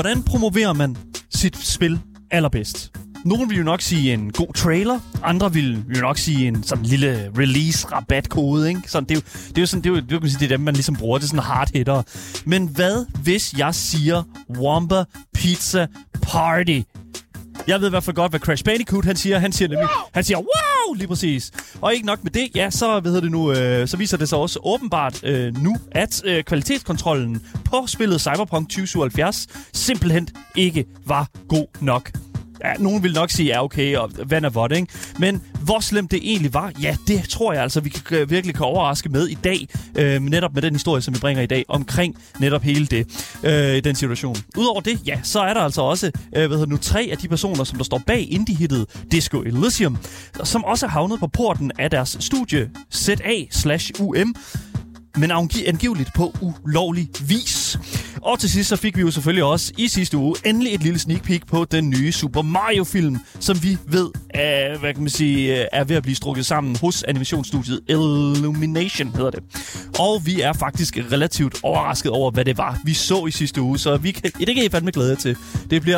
Hvordan promoverer man sit spil allerbedst? Nogle vil jo nok sige en god trailer, andre vil jo nok sige en sådan lille release-rabatkode, ikke? Sådan, det er dem, man ligesom bruger, det er sådan hard hitter. Men hvad hvis jeg siger Wamba Pizza Party? Jeg ved i hvert fald godt, hvad Crash Bandicoot han siger. Han siger wow, lige præcis. Og ikke nok med det, ja, så viser det sig også åbenbart nu, at kvalitetskontrollen på spillet Cyberpunk 2077 simpelthen ikke var god nok. Ja, nogen vil nok sige, ja okay, og vand er vådt, ikke? Men hvor slemt det egentlig var, ja, det tror jeg altså, vi virkelig kan overraske med i dag. Netop med den historie, som vi bringer i dag, omkring netop hele det, i den situation. Udover det, ja, så er der altså også, 3 af de personer, som der står bag indie-hittet Disco Elysium, som også er havnet på porten af deres studie ZA/UM, men angiveligt på ulovlig vis. Og til sidst så fik vi jo selvfølgelig også i sidste uge endelig et lille sneak peek på den nye Super Mario-film, som vi ved er ved at blive strukket sammen hos animationsstudiet Illumination, hedder det. Og vi er faktisk relativt overrasket over, hvad det var, vi så i sidste uge, så det kan I fandme glæde jer til. Det bliver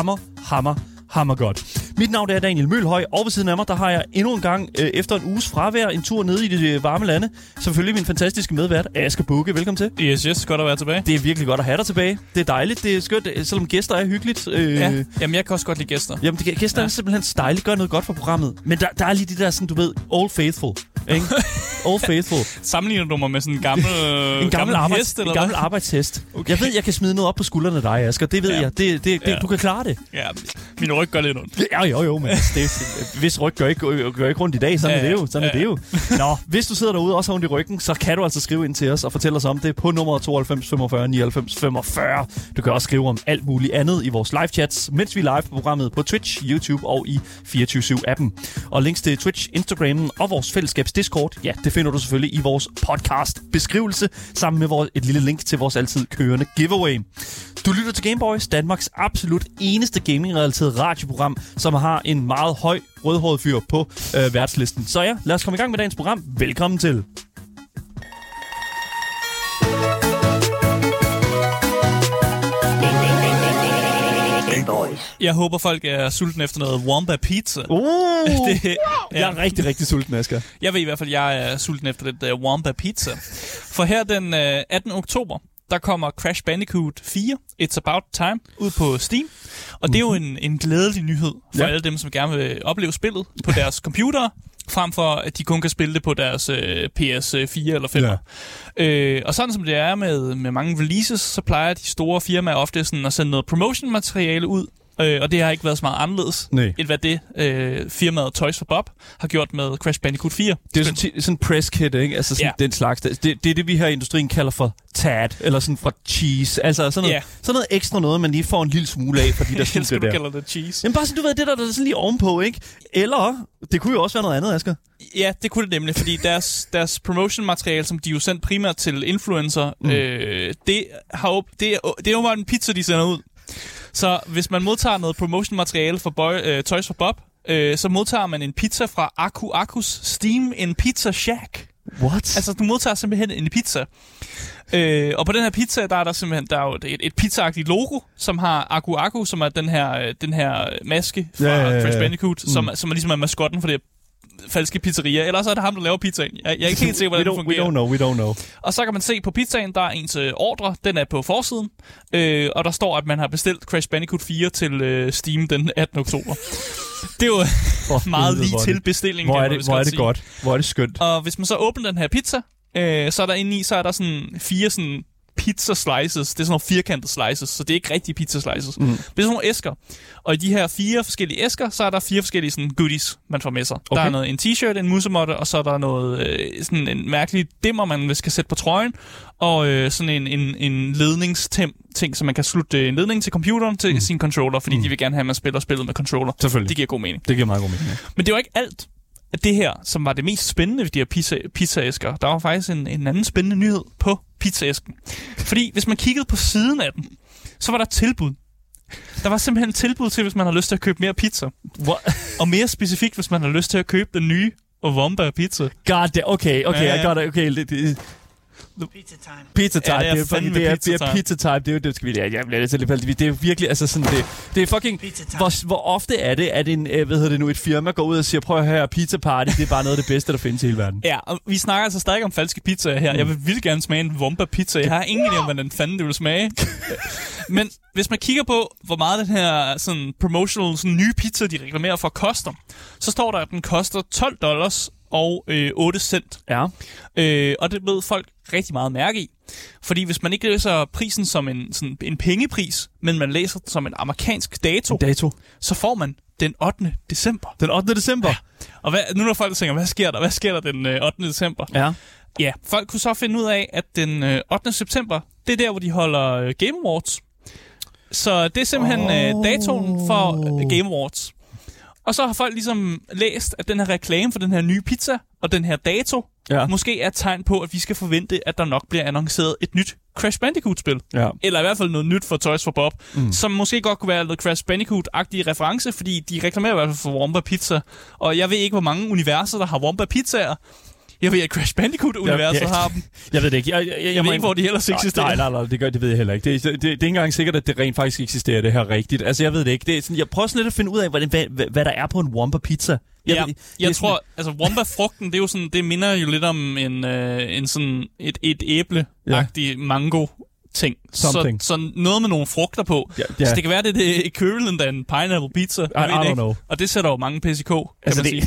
hammer godt. Mit navn er Daniel Mølhøj, og ved siden af mig, der har jeg endnu en gang, efter en uges fravær, en tur ned i de varme lande. Selvfølgelig min fantastiske medvært, Asger Bukke. Velkommen til. Yes, godt at være tilbage. Det er virkelig godt at have dig tilbage. Det er dejligt, det er skønt, selvom gæster er hyggeligt. Ja, jamen jeg kan også godt lide gæster. Jamen, gæster er simpelthen dejligt, gør noget godt for programmet. Men der er lige de der, sådan, du ved, Old Faithful. Ikke? Old Faithful. Sammenligner du mig med sådan en gammel hest, eller en gammel arbejdshest. Okay. Jeg ved, jeg kan smide noget op på skuldrene af dig, Asger. Det ved jeg. Du kan klare det. Ja, min ryg gør lidt ondt. Jo, men hvis ryg gør ikke rundt i dag, sådan er det jo. Nå, hvis du sidder derude og også har ondt i ryggen, så kan du altså skrive ind til os og fortælle os om det på nummer 92 45 99 45. Du kan også skrive om alt muligt andet i vores live chats, mens vi er live på programmet på Twitch, YouTube og i 24/7-appen. Og links til Twitch, Instagram og vores fællesskabs Discord, ja, det finder du selvfølgelig i vores podcast-beskrivelse, sammen med et lille link til vores altid kørende giveaway. Du lytter til Gameboys, Danmarks absolut eneste gaming-relateret radioprogram, som har en meget høj rødhåret fyr på værtslisten. Så ja, lad os komme i gang med dagens program. Velkommen til. Jeg håber, folk er sultne efter noget Wamba Pizza. Jeg er rigtig, rigtig sulten, Asger. Jeg ved i hvert fald, jeg er sulten efter det Wamba Pizza. For her den 18. oktober, der kommer Crash Bandicoot 4, It's About Time, ud på Steam. Og det er jo en glædelig nyhed for alle dem, som gerne vil opleve spillet på deres computere, frem for at de kun kan spille det på deres PS4 eller 5. Ja. Og sådan som det er med mange releases, så plejer de store firmaer ofte sådan at sende noget promotion-materiale ud. Og det har ikke været så meget anderledes, end hvad det firmaet Toys for Bob har gjort med Crash Bandicoot 4. Det er sådan en press kit, ikke? Altså sådan den slags. Det er det, vi her i industrien kalder for tad, eller sådan fra cheese. Altså sådan noget ekstra noget, man lige får en lille smule af fra de der studier der. Du kalder det cheese. Jamen bare sådan, du ved, det der er sådan lige ovenpå, ikke? Eller, det kunne jo også være noget andet, Asger. Ja, det kunne det nemlig, fordi deres promotion-materiale, som de jo sendt primært til influencer, det er jo bare en pizza, de sender ud. Så hvis man modtager noget promotion-materiale fra Toys for Bob, så modtager man en pizza fra Aku Akus Steam, en Pizza Shack. What? Altså, du modtager simpelthen en pizza. Og på den her pizza, der er der simpelthen et pizza-agtigt logo, som har Aku Aku, som er den her maske fra Crash Bandicoot, som ligesom er maskotten for det falske pizzeria. Eller så er det ham, der laver pizzaen. Jeg er ikke helt sikker, hvordan det fungerer. We don't know. Og så kan man se på pizzaen, der er ens ordre. Den er på forsiden. Og der står, at man har bestilt Crash Bandicoot 4 til Steam den 18. oktober. Det er jo meget lige til bestillingen. Hvor er det godt. Hvor er det skønt. Og hvis man så åbner den her pizza, så er der inde i, så er der sådan 4 sådan pizza slices. Det er sådan nogle firkantede slices, så det er ikke rigtige pizza slices. Det er sådan nogle æsker. Og i de her 4 forskellige æsker, så er der 4 forskellige sådan goodies, man får med sig. Okay. Der er noget, en t-shirt, en musemotte, og så er der noget sådan en mærkelig dimmer, man skal sætte på trøjen, og sådan en ledningsting, så man kan slutte en ledning til computeren til sin controller, fordi de vil gerne have, at man spiller spillet med controller. Selvfølgelig. Det giver god mening. Det giver meget god mening. Ja. Men det var ikke alt af det her, som var det mest spændende ved de her pizzaæsker. Der var faktisk en anden spændende nyhed på pizzaæsken. Fordi hvis man kiggede på siden af den, så var der tilbud. Der var simpelthen et tilbud til, hvis man har lyst til at købe mere pizza. Og mere specifikt, hvis man har lyst til at købe den nye Wamba Pizza. God, okay, I got it. Okay. Pizza time. Ja, det er fandme det er pizza time. pizza time. Det er jo det, skal vi lære. Jeg bliver lidt til det er virkelig, altså sådan det er fucking, hvor ofte er det, at en, et firma går ud og siger, prøv at høre, pizza party, det er bare noget af det bedste, der findes i hele verden. Ja, og vi snakker altså stadig om falske pizzaer her. Jeg vil vildt gerne smage en Womba pizza. Jeg har ingen idé om, hvordan fanden det vil smage. Men hvis man kigger på, hvor meget den her sådan promotional sådan nye pizza, de reklamerer for, koster, så står der, at den koster $12 og 8 cent. Ja. Og det ved folk rigtig meget mærke i. Fordi hvis man ikke læser prisen som en pengepris, men man læser den som en amerikansk dato, så får man den 8. december. Den 8. december? Ja. Og nu når folk tænker, hvad sker der? Hvad sker der den 8. december? Ja. Ja, folk kunne så finde ud af, at den 8. september, det er der, hvor de holder Game Awards. Så det er simpelthen datoen for Game Awards. Og så har folk ligesom læst, at den her reklame for den her nye pizza og den her dato måske er et tegn på, at vi skal forvente, at der nok bliver annonceret et nyt Crash Bandicoot-spil. Ja. Eller i hvert fald noget nyt for Toys for Bob, som måske godt kunne være noget Crash Bandicoot-agtige reference, fordi de reklamerer i hvert fald for Womba Pizza. Og jeg ved ikke, hvor mange universer, der har Womba Pizzaer. Jeg ved, at Crash Bandicoot-universet har dem. Jeg ved det ikke. Jeg ved ikke, hvor de ellers eksisterer. Nej, det ved jeg heller ikke. Det er ikke engang sikkert, at det rent faktisk eksisterer, det her rigtigt. Altså, jeg ved det ikke. Det er sådan, jeg prøver sådan lidt at finde ud af, hvad der er på en Womba Pizza. Jeg tror, altså Womba-frugten, det er jo sådan, det minder jo lidt om en sådan et æble-agtig mango ting. Så noget med nogle frugter på. Så det kan være, det er det equivalent af en pineapple pizza. I don't know. Og det sætter jo mange PCK, kan man sige.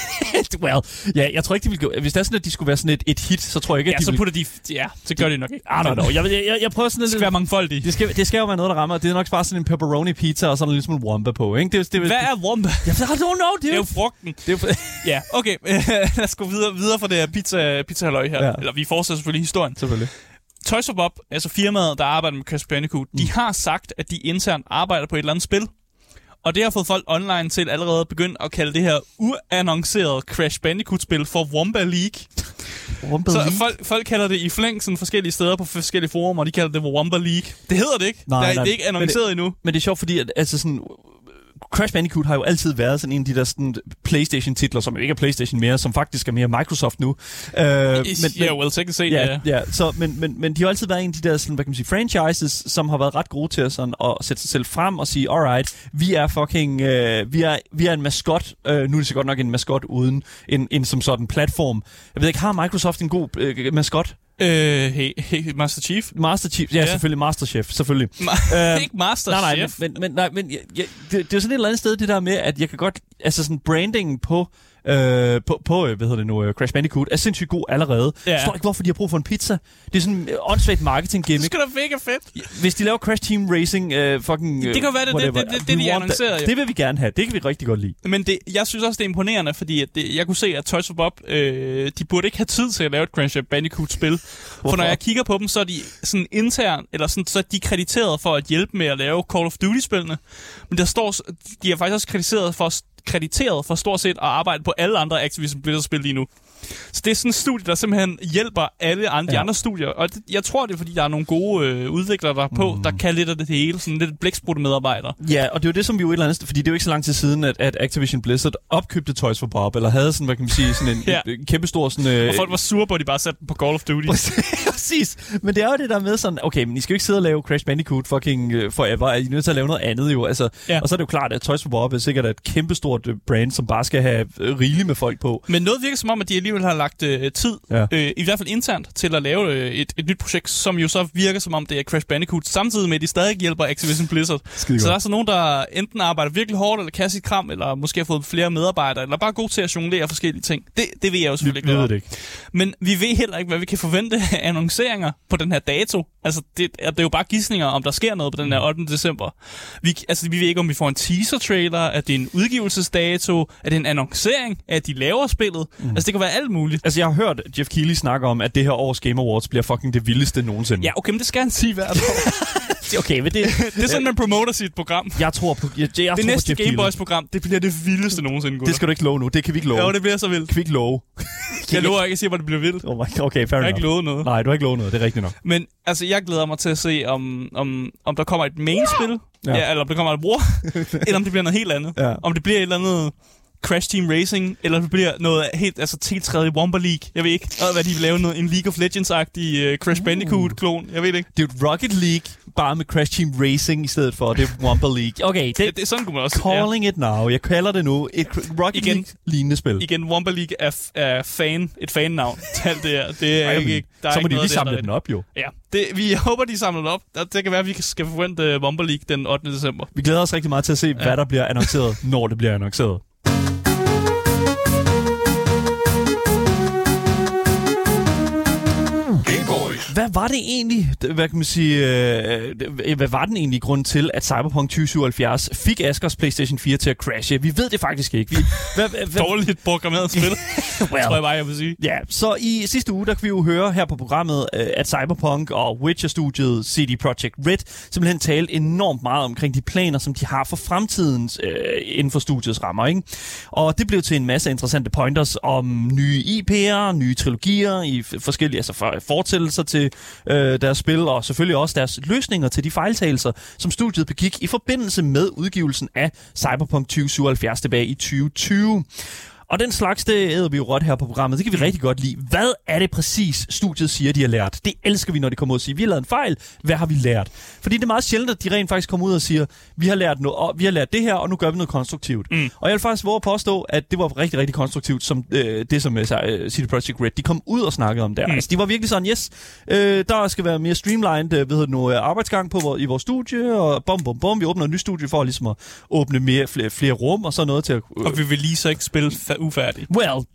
Jeg tror ikke, de vil gå. Hvis det er sådan, at de skulle være sådan et hit, så tror jeg ikke, at de så putter de... Ja, så gør de nok ikke. I don't know. Jeg prøver sådan lidt... Det skal være mangfoldigt. Det skal jo være noget, der rammer. Det er nok bare sådan en pepperoni pizza, og så er der ligesom en Womba på, ikke? Hvad er Womba? I don't know, det er jo frugten. Ja, okay. Lad os gå videre fra det her pizza-halløj her. Eller vi fortsætter selvfølgelig historien. Selvfølgelig. Toys for Bob, altså firmaet, der arbejder med Crash Bandicoot, de har sagt, at de internt arbejder på et eller andet spil. Og det har fået folk online til allerede at begynde at kalde det her uannoncerede Crash Bandicoot-spil for Womba League. Folk kalder det i flæng sådan forskellige steder på forskellige forumer, og de kalder det Womba League. Det hedder det ikke. Det er ikke annonceret endnu. Men det er sjovt, fordi at, altså sådan... Crash Bandicoot har jo altid været sådan en af de der sådan PlayStation-titler, som ikke er PlayStation mere, som faktisk er mere Microsoft nu. Men de har altid været en af de der sådan, hvad kan man sige, franchises, som har været ret gode til sådan at sætte sig selv frem og sige, alright, vi er fucking, vi er en maskot. Nu er det så godt nok en maskot uden en som sådan platform. Jeg ved ikke, har Microsoft en god maskot? Master Chief? Master Chief, ja, selvfølgelig. Master Chef, selvfølgelig. Ikke Master Chef. Men det er jo sådan et eller andet sted, det der med, at jeg kan godt... Altså sådan brandingen på Crash Bandicoot er sindssygt god allerede. Jeg forstår ikke, hvorfor de har brug for en pizza. Det er sådan en åndssvagt marketing-gimmick. Det skulle da mega fedt. Hvis de laver Crash Team Racing, det kan være, det de annoncerer. Det vil vi gerne have. Det kan vi rigtig godt lide. Men jeg synes også, det er imponerende, fordi jeg kunne se, at Toys for Bob, de burde ikke have tid til at lave et Crash Bandicoot-spil. For når jeg kigger på dem, så er de sådan intern, eller sådan, så er de krediteret for at hjælpe med at lave Call of Duty-spillene. Men der står, de er faktisk også krediteret for stort set at arbejde på alle andre Activision Blizzard-spil lige nu. Så det er sådan et studie, der simpelthen hjælper alle de andre studier. Og jeg tror, det er, fordi der er nogle gode udviklere der kan lidt af det hele. Sådan lidt blæksprutte medarbejdere. Ja, og det er jo det, som vi jo et eller andet... Fordi det er jo ikke så lang tid siden, at Activision Blizzard opkøbte Toys for Bob, eller havde sådan, hvad kan man sige, sådan en kæmpestor sådan... Og folk var sure på, at de bare satte den på Call of Duty. Præcis. Men det er jo det der med sådan... Okay, men I skal jo ikke sidde og lave Crash Bandicoot fucking forever. I er nødt til at lave noget andet jo. Altså, og så er det jo klart, at Toys for Bob er sikkert et kæmpestort brand, som bare skal have rigeligt med folk på. Men noget virker som om, at de alligevel har lagt tid, i hvert fald internt, til at lave et nyt projekt, som jo så virker som om, det er Crash Bandicoot, samtidig med, at de stadig hjælper Activision Blizzard. Så der er så nogen, der enten arbejder virkelig hårdt, eller kan sit kram, eller måske har fået flere medarbejdere, eller bare god til at jonglere forskellige ting. Det ved jeg jo selvfølgelig ikke. Det ikke. Men vi ved heller ikke, hvad vi kan forvente af annonceringer på den her dato. Altså, det er jo bare gidsninger, om der sker noget på den her 8. december. Vi ved ikke, om vi får en teaser-trailer, at det er en udgivelsesdato, at det er en annoncering, at de laver spillet. Altså, det kan være alt muligt. Altså, jeg har hørt Jeff Keighley snakke om, at det her års Game Awards bliver fucking det vildeste nogensinde. Ja, okay, men det skal han sige hvert år. Okay, men det er sådan, man promoter sit program. Jeg tror på det næste Game Boys program, det bliver det vildeste nogensinde, gutter. Det skal du ikke love nu. Det kan vi ikke love. Jo, det bliver så vildt. Kan vi ikke love? Jeg lover ikke at sige, hvor det bliver vildt. Okay, fair enough. Jeg har ikke lovet noget. Nej, du har ikke lovet noget. Det er rigtigt nok. Men altså, jeg glæder mig til at se, om der kommer et main-spil, eller om der kommer et bror, eller om det bliver noget helt andet. Ja. Om det bliver et eller andet Crash Team Racing, eller det bliver noget helt tiltrædet i Wumper League. Jeg ved ikke, hvad de vil lave en League of Legends-agtig Crash Bandicoot-klon. Jeg ved det ikke. Det er jo Rocket League, bare med Crash Team Racing i stedet for. Det er Wumper League. Okay, det er sådan kunne man også. Calling it now. Jeg kalder det nu et Rocket League-lignende spil. Igen, Wumper League er et fan-navn til alt det her. Det er ikke, der er så må ikke de lige samle den op, jo. Ja, vi håber, de samler den op. Det kan være, at vi skal forvente Wumper League den 8. december. Vi glæder os rigtig meget til at se, hvad der bliver annonceret, når det bliver annonceret. Hvad var det egentlig, hvad kan man sige, hvad var den egentlig grund til, at Cyberpunk 2077 fik Askers PlayStation 4 til at crashe? Vi ved det faktisk ikke. Dårligt programmeret spil, tror jeg bare, jeg vil sige. Ja, så i sidste uge, der kan vi jo høre her på programmet, at Cyberpunk og Witcher-studiet CD Projekt Red simpelthen talte enormt meget omkring de planer, som de har for fremtiden inden for studiets rammer, ikke? Og det blev til en masse interessante pointers om nye IP'er, nye trilogier i forskellige fortællelser til deres spil, og selvfølgelig også deres løsninger til de fejltagelser, som studiet begik i forbindelse med udgivelsen af Cyberpunk 2077 tilbage i 2020. Og den slags, det æder vi jo råt her på programmet. Det kan vi rigtig godt lide. Hvad er det præcis, studiet siger, de har lært? Det elsker vi, når de kommer ud og siger, vi har lavet en fejl. Hvad har vi lært? Fordi det er meget sjældent, at de rent faktisk kommer ud og siger, vi har lært det her, og nu gør vi noget konstruktivt. Og jeg vil faktisk våge at påstå, at det var rigtig, rigtig konstruktivt, som det som CD Projekt Red, de kom ud og snakkede om der. Altså, de var virkelig sådan, yes, der skal være mere streamlined arbejdsgang på i vores studie, og bum, vi åbner et nyt studie for ligesom at åbne flere rum, og så noget til at... Og vi vil lige så ikke spille ufærdigt. Well,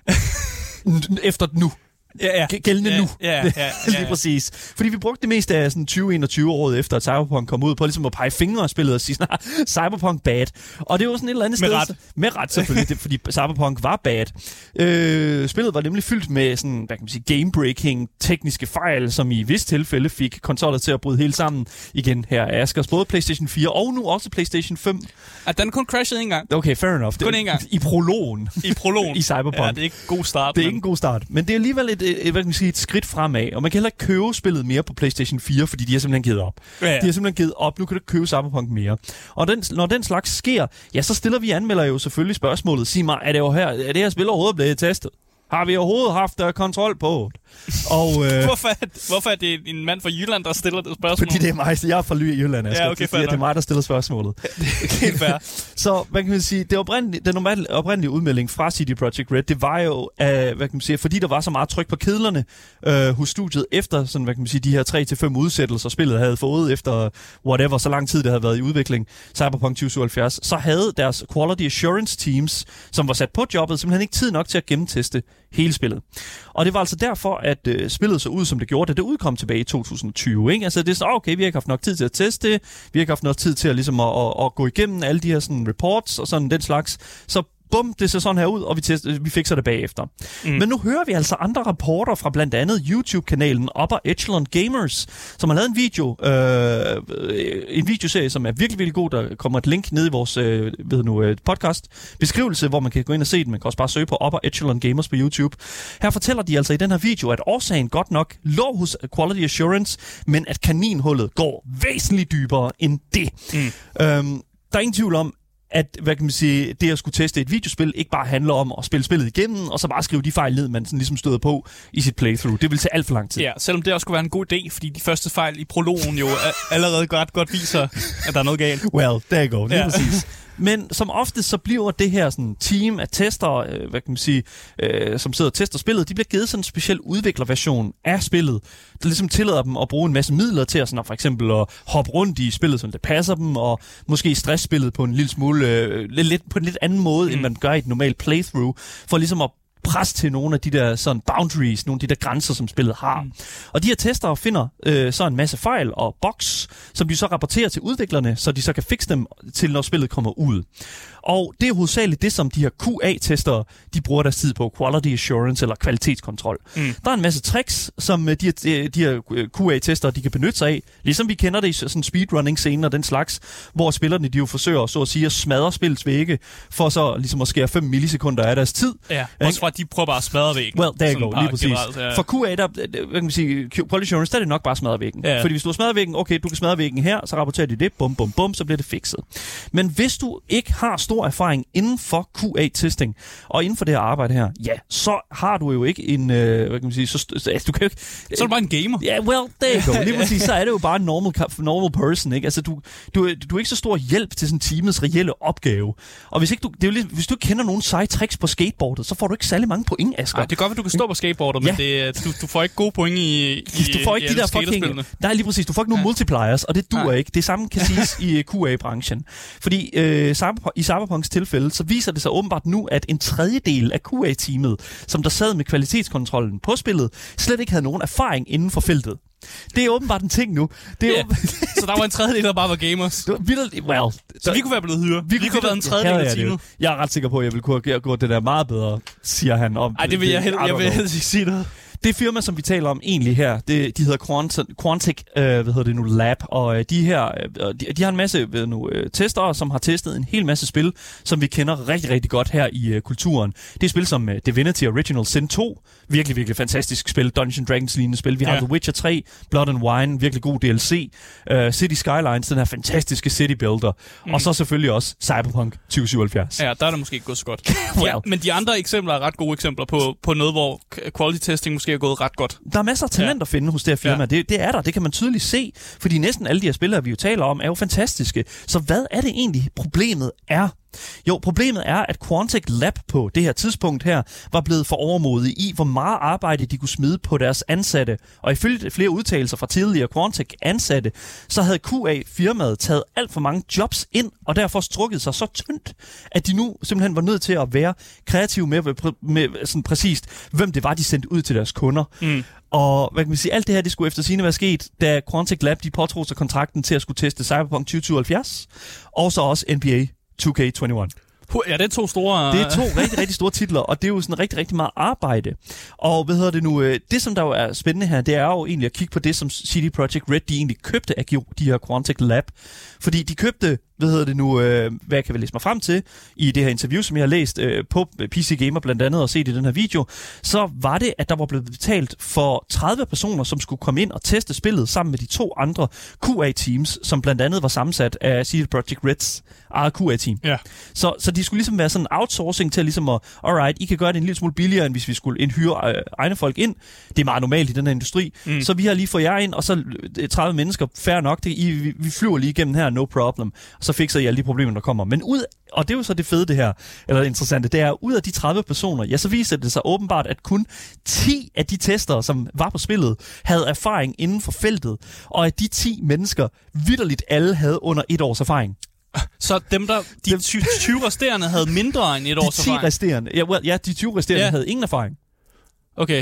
efter nu. Gældende nu. Lige præcis. Fordi vi brugte det meste af sådan 2021-året efter, at Cyberpunk kom ud på ligesom at pege fingre og spillet og sige sådan, Cyberpunk bad. Og det var sådan et eller andet sted. Med ret selvfølgelig, fordi Cyberpunk var bad. Spillet var nemlig fyldt med sådan, hvad kan man sige, game-breaking tekniske fejl, som i vist tilfælde fik konsoller til at bryde helt sammen. Igen her er Askers, både PlayStation 4 og nu også PlayStation 5. At den kun crashede en gang. Okay, fair enough. Kun en gang. I prologen. I Cyberpunk. Ja, det er ikke en god start. Det er ikke en god start. Men det er alligevel et skridt fremad, og man kan heller ikke købe spillet mere på PlayStation 4, fordi de har simpelthen givet op. Ja. De har simpelthen givet op, nu kan du ikke købe Cyberpunk mere. Og når den slags sker, ja, så stiller vi anmeldere jo selvfølgelig spørgsmålet, sig mig, er det her spil overhovedet blevet testet? Har vi overhovedet haft kontrol på det? Og, hvorfor er det en mand fra Jylland, der stiller det spørgsmål? Fordi det er mig, jeg er fra Jylland, Asger. Ja, okay, det er mig, der stiller spørgsmålet. Helt fair. Så, hvad kan man sige, den oprindelige udmelding fra CD Projekt Red, det var jo, hvad kan man sige, fordi der var så meget tryk på kedlerne hos studiet, efter sådan, hvad kan man sige, de her 3-5 udsættelser, spillet havde fået efter whatever, så lang tid det havde været i udvikling, Cyberpunk 2077, så havde deres Quality Assurance Teams, som var sat på jobbet, simpelthen ikke tid nok til at gennemteste hele spillet. Og det var altså derfor, at spillet så ud, som det gjorde, da det udkom tilbage i 2020. Ikke? Altså det er så, okay, vi har ikke haft nok tid til at teste det, vi har ikke haft nok tid til at, ligesom at gå igennem alle de her sådan, reports og sådan den slags. Så bum, det ser sådan her ud, og vi fikser det bagefter. Men nu hører vi altså andre rapporter fra blandt andet YouTube-kanalen Upper Echelon Gamers, som har lavet en videoserie, som er virkelig, virkelig god. Der kommer et link ned i vores podcast-beskrivelse, hvor man kan gå ind og se den. Man kan også bare søge på Upper Echelon Gamers på YouTube. Her fortæller de altså i den her video, at årsagen godt nok lå hos Quality Assurance, men at kaninhullet går væsentligt dybere end det. Der er ingen tvivl om, at, hvad kan man sige, det at skulle teste et videospil ikke bare handler om at spille spillet igennem, og så bare skrive de fejl ned, man sådan ligesom støder på i sit playthrough. Det vil tage alt for lang tid. Ja, selvom det også skulle være en god idé, fordi de første fejl i prologen jo allerede godt viser, at der er noget galt. Well, there you go. Lige præcis. Men som ofte så bliver det her sådan team af tester, hvad kan man sige, som sidder og tester spillet, de bliver givet sådan en speciel udviklerversion af spillet, der ligesom tillader dem at bruge en masse midler til at sådan, for eksempel at hoppe rundt i spillet, som det passer dem, og måske stressspillet på en lille smule, på en lidt anden måde, end man gør i et normalt playthrough, for ligesom at pres til nogle af de der sådan boundaries, nogle af de der grænser, som spillet har. Og de her testere finder så en masse fejl og bugs, som de så rapporterer til udviklerne, så de så kan fikse dem til, når spillet kommer ud. Og det er hovedsageligt det, som de her QA-testere, de bruger deres tid på, Quality Assurance eller kvalitetskontrol. Der er en masse tricks, som de her QA-testere, de kan benytte sig af, ligesom vi kender det i sådan speedrunning-scenen og den slags, hvor spillerne, de jo forsøger så at sige at smadre spillets vægge, for så ligesom at skære 5 millisekunder af deres tid. Ja, også for at de prøver bare at smadre væggen. Well, there you go, lige præcis. Generelt, ja. For QA, der, hvad kan man sige, Quality Assurance, der er det nok bare at smadre væggen. Ja. Fordi hvis du har smadret væggen, okay, du kan smadre væggen her, så rapporterer de det, bum, bum, bum, så bliver det fikset. Men hvis du ikke har stor stor erfaring inden for QA-testing. Og inden for det her arbejde her, ja, så har du jo ikke en, hvad kan man sige, du kan jo ikke... Så er du bare en gamer. Ja, well, there you go. Lige præcis, så er det jo bare en normal person, ikke? Altså, du er ikke så stor hjælp til sådan teamets reelle opgave. Og hvis ikke hvis du ikke kender nogen seje tricks på skateboardet, så får du ikke særlig mange point, Asger. Nej, det er godt, at du kan stå på skateboardet, men du får ikke gode point i du får ikke de der fucking... Nej, lige præcis. Du får ikke nogen multipliers, og det duer ikke. Det samme kan siges i QA-branchen. Fordi i Cyberpunks tilfælde, så viser det sig åbenbart nu, at en tredjedel af QA-teamet, som der sad med kvalitetskontrollen på spillet, slet ikke havde nogen erfaring inden for feltet. Det er åbenbart en ting nu. Så der var en tredjedel, der bare var gamers. Så vi kunne være blevet hyret. Vi kunne have været en tredjedel af teamet. Jeg er ret sikker på, at jeg ville kunne have gjort det der meget bedre, siger han om. Nej, det vil jeg helst ikke sige noget. Det firma, som vi taler om egentlig her, de hedder Quantic Lab, og de har en masse testere, som har testet en hel masse spil, som vi kender rigtig, rigtig godt her i kulturen. Det er spil som Divinity Original Sin 2, virkelig, virkelig fantastisk spil, Dungeons & Dragons lignende spil. Vi har The Witcher 3, Blood and Wine, virkelig god DLC, City Skylines, den her fantastiske city builder, og så selvfølgelig også Cyberpunk 2077. Ja, der er det måske ikke gået så godt. Men de andre eksempler er ret gode eksempler på noget, hvor quality testing måske er gået ret godt. Der er masser af talent at finde hos det her firma. Det er der. Det kan man tydeligt se, fordi næsten alle de her spillere, vi jo taler om, er jo fantastiske. Så hvad er det egentlig, problemet er? Jo, problemet er, at Quantic Lab på det her tidspunkt her var blevet for overmodige i, hvor meget arbejde de kunne smide på deres ansatte. Og ifølge flere udtalelser fra tidligere Quantic ansatte, så havde QA-firmaet taget alt for mange jobs ind, og derfor strukket sig så tyndt, at de nu simpelthen var nødt til at være kreative med sådan præcist, hvem det var, de sendte ud til deres kunder. Og hvad kan man sige, alt det her, det skulle efter sigende være sket, da Quantic Lab, de påtog sig kontrakten til at skulle teste Cyberpunk 2077, og så også NBA 2K21. Ja, det er to store... Det er to rigtig, rigtig store titler, og det er jo sådan rigtig, rigtig meget arbejde. Og det som der jo er spændende her, det er jo egentlig at kigge på det, som CD Projekt Red, de egentlig købte af de her Quantic Lab. Fordi de købte, hvad kan vi læse mig frem til, i det her interview, som jeg har læst på PC Gamer blandt andet, og set i den her video, så var det, at der var blevet betalt for 30 personer, som skulle komme ind og teste spillet sammen med de to andre QA-teams, som blandt andet var sammensat af CD Projekt Reds eget QA-team. Ja. Så de skulle ligesom være sådan en outsourcing til ligesom at, alright, I kan gøre det en lille smule billigere, end hvis vi skulle hyre egne folk ind. Det er meget normalt i den her industri. Så vi har lige fået jer ind, og så 30 mennesker, fair nok, vi flyver lige igennem her, no problem. Og så fikser I alle de problemer, der kommer. Men og det er jo så det fede det her, eller det interessante, det er, ud af de 30 personer, ja, så viser det sig åbenbart, at kun 10 af de testere, som var på spillet, havde erfaring inden for feltet, og at de 10 mennesker vitterligt alle havde under 1 års erfaring. Så de 20 resterende havde mindre end 1 års erfaring? De 20 resterende havde ingen erfaring. Okay.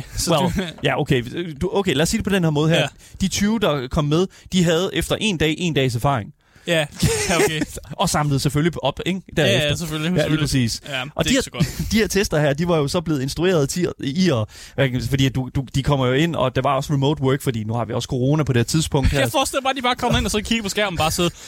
Okay, lad os sige det på den her måde her. Ja. De 20, der kom med, de havde efter en dags erfaring. Ja, okay. Og samlede selvfølgelig op, ikke? Derefter. Ja, selvfølgelig. Ja, lige præcis. Ja, og det er ikke så godt. De her tester her, de var jo så blevet instrueret i fordi de kommer jo ind, og der var også remote work, fordi nu har vi også corona på det her tidspunkt her. Jeg forestiller mig, at de bare kommer ind og så kigger på skærmen og bare sidder...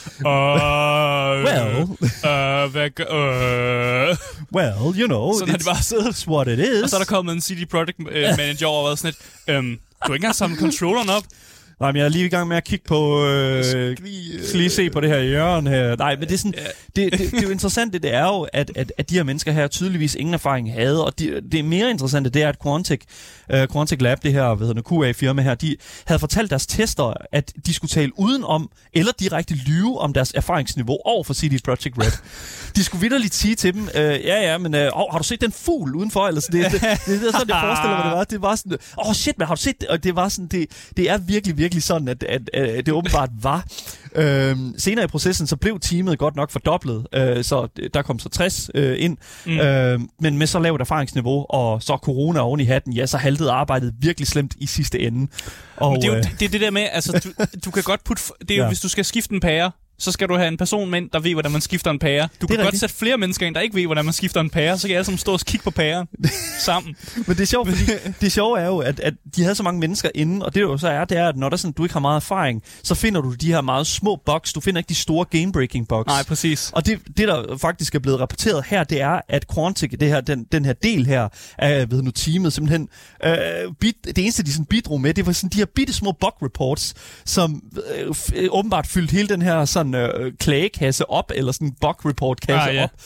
Well, you know, sådan har de bare siddet. That's what it is. Og så er der kommet en CD Projekt Manager og været sådan et... du har ikke engang samlet controlleren op. Nej, men jeg er lige i gang med at kigge på... lige se på det her hjørne her. Nej, men det er sådan... Det er jo interessant, det er jo, at de her mennesker her tydeligvis ingen erfaring havde, og det er mere interessant, det er, at Quantic Lab, det her QA-firma her, de havde fortalt deres tester, at de skulle tale udenom, eller direkte lyve om deres erfaringsniveau over for CD Projekt Red. De skulle vitterligt sige til dem, men har du set den fugl udenfor? Eller sådan, det er sådan, jeg forestiller mig, det var. Det var sådan, shit, men har du set det? Og det var sådan, det er virkelig sådan, at det åbenbart var. Senere i processen, så blev teamet godt nok fordoblet, så der kom så 60 ind, men med så lavt erfaringsniveau, og så corona oven i hatten, ja, så haltede arbejdet virkelig slemt i sidste ende. Og, men det er det der med, altså, du kan godt putte, det er jo, hvis du skal skifte en pære, så skal du have en person med, der ved, hvordan man skifter en pære. Du kan godt sætte flere mennesker ind, der ikke ved, hvordan man skifter en pære, så kan jeg alle sammen stå og kigge på pæren sammen. Men det er sjovt, fordi det sjove er jo, at de havde så mange mennesker inde, og det jo så er, det er, at når der sådan, du ikke har meget erfaring, så finder du de her meget små bugs. Du finder ikke de store game-breaking bugs. Nej, præcis. Og det der faktisk er blevet rapporteret her, det er, at Quantic, den her del her af teamet, simpelthen, det eneste, de sådan bidrog med, det var sådan de her bitte små bug reports, som åbenbart fyldte hele den her sådan sådan klagekasse op, eller sådan en bug report-kasse op.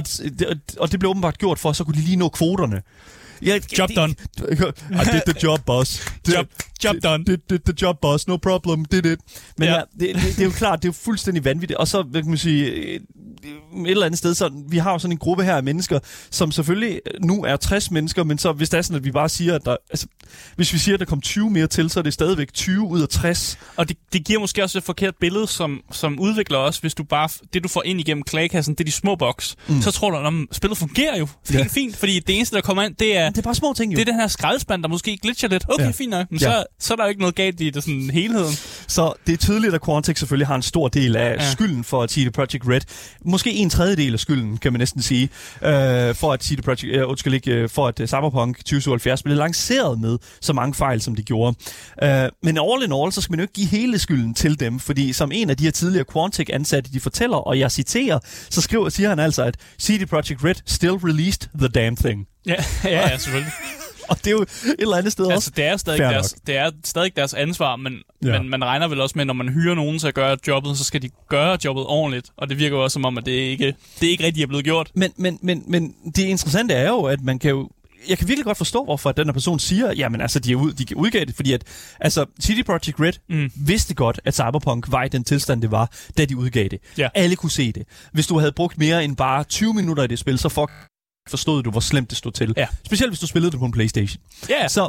Og det blev åbenbart gjort for, så kunne de lige nå kvoterne. Job done. I did the job, boss. Job done. Did the job, boss. No problem. Did it. Men det er jo klart, det er jo fuldstændig vanvittigt. Og så, hvad kan man sige, et eller andet sted, så vi har jo sådan en gruppe her af mennesker, som selvfølgelig nu er 60 mennesker, men så hvis det er sådan, at vi bare siger, at der, altså, hvis vi siger, at der kom 20 mere til, så er det stadigvæk 20 ud af 60. Og det giver måske også et forkert billede, som udvikler også, hvis du bare, det du får ind igennem klagekassen, det er de små boks, så tror du, at spillet fungerer jo fint, fordi det eneste, der kommer ind, det er bare små ting jo. Det er den her skraldespand, der måske glitcher lidt. Okay, fint nok, men så er der jo ikke noget galt i det sådan helheden. Så det er tydeligt, at Quantic selvfølgelig har en stor del af skylden for CD Projekt Red. Måske 1/3 af skylden, kan man næsten sige, for at CD Projekt, for at Cyberpunk 2077 blev lanceret med så mange fejl, som de gjorde. Men all in all, så skal man jo ikke give hele skylden til dem, fordi som en af de her tidligere Quantic-ansatte, de fortæller, og jeg citerer, så siger han altså, at CD Projekt Red still released the damn thing. Ja, selvfølgelig. Og det er jo et eller andet sted også. Det er stadig deres ansvar, men man regner vel også med, når man hyrer nogen til at gøre jobbet, så skal de gøre jobbet ordentligt. Og det virker jo også som om, at det ikke rigtig er blevet gjort. Men det interessante er jo, at man kan jo... Jeg kan virkelig godt forstå, hvorfor den her person siger, jamen altså, de udgav det, fordi at altså, CD Projekt Red vidste godt, at Cyberpunk var i den tilstand, det var, da de udgav det. Ja. Alle kunne se det. Hvis du havde brugt mere end bare 20 minutter i det spil, så forstod du, hvor slemt det stod til. Ja. Specielt hvis du spillede det på en PlayStation. Ja. Så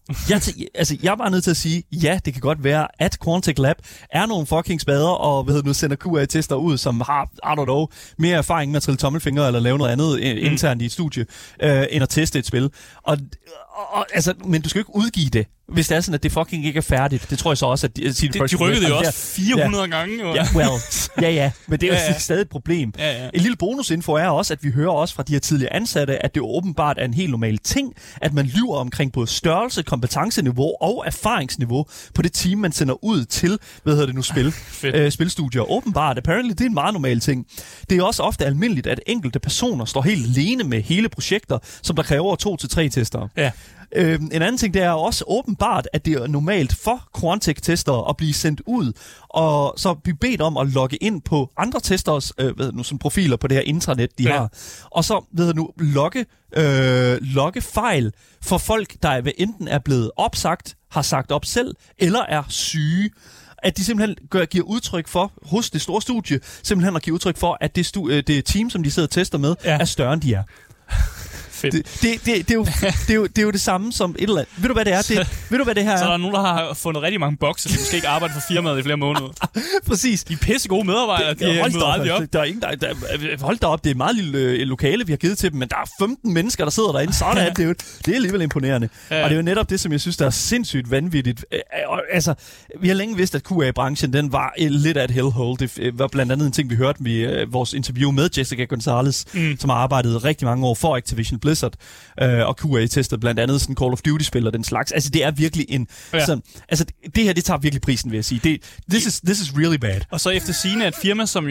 jeg er bare nødt til at sige, ja, det kan godt være, at Quantic Lab er nogle fucking spader, og sender QA-tester ud, som har, I don't know, mere erfaring med at trille tommelfingre eller lave noget andet internt i et studie, end at teste et spil. Og altså, men du skal jo ikke udgive det, hvis det er sådan, at det fucking ikke er færdigt. Det tror jeg så også, at de rykkede jo også 400 gange. Jo. Ja, men det er jo stadig et problem. Ja. En lille bonusinfo er også, at vi hører også fra de her tidligere ansatte, at det åbenbart er en helt normal ting, at man lyver omkring både størrelse, kompetenceniveau og erfaringsniveau på det team, man sender ud til, spilstudier. Åbenbart, apparently, det er en meget normal ting. Det er også ofte almindeligt, at enkelte personer står helt alene med hele projekter, som der kræver 2 til 3 testere. Ja. En anden ting, det er også åbenbart, at det er normalt for Quantic-testere at blive sendt ud, og så blive bedt om at logge ind på andre testers sådan profiler på det her intranet, de har. Og så logge fejl for folk, der enten er blevet opsagt, har sagt op selv, eller er syge. At de simpelthen giver udtryk for, hos det store studie, simpelthen at give udtryk for, at det team, som de sidder og tester med, er større end de er. Det er jo det samme som et eller andet. Ved du, hvad det er? Ved du, hvad det her er? Så er der nogen, der har fundet rigtig mange bokse, de måske ikke arbejder for firmaet i flere måneder. Præcis. De er pissegode medarbejdere, de møder aldrig op. Hold da op, det er et meget lille lokale, vi har givet til dem, men der er 15 mennesker, der sidder derinde. Sådan det er alligevel imponerende. Ja. Og det er jo netop det, som jeg synes, der er sindssygt vanvittigt. Altså, vi har længe vidst, at QA-branchen, den var lidt af et hellhole. Det var blandt andet en ting, vi hørte med vores interview med Jessica Gonzalez, som har arbejdet rigtig mange år for Activision Blizzard, og QA-testet blandt andet sådan Call of Duty-spil og den slags. Altså, det er virkelig en... Sådan, altså, det her, det tager virkelig prisen, vil jeg sige. This is really bad. Og så efter sigende et firma, som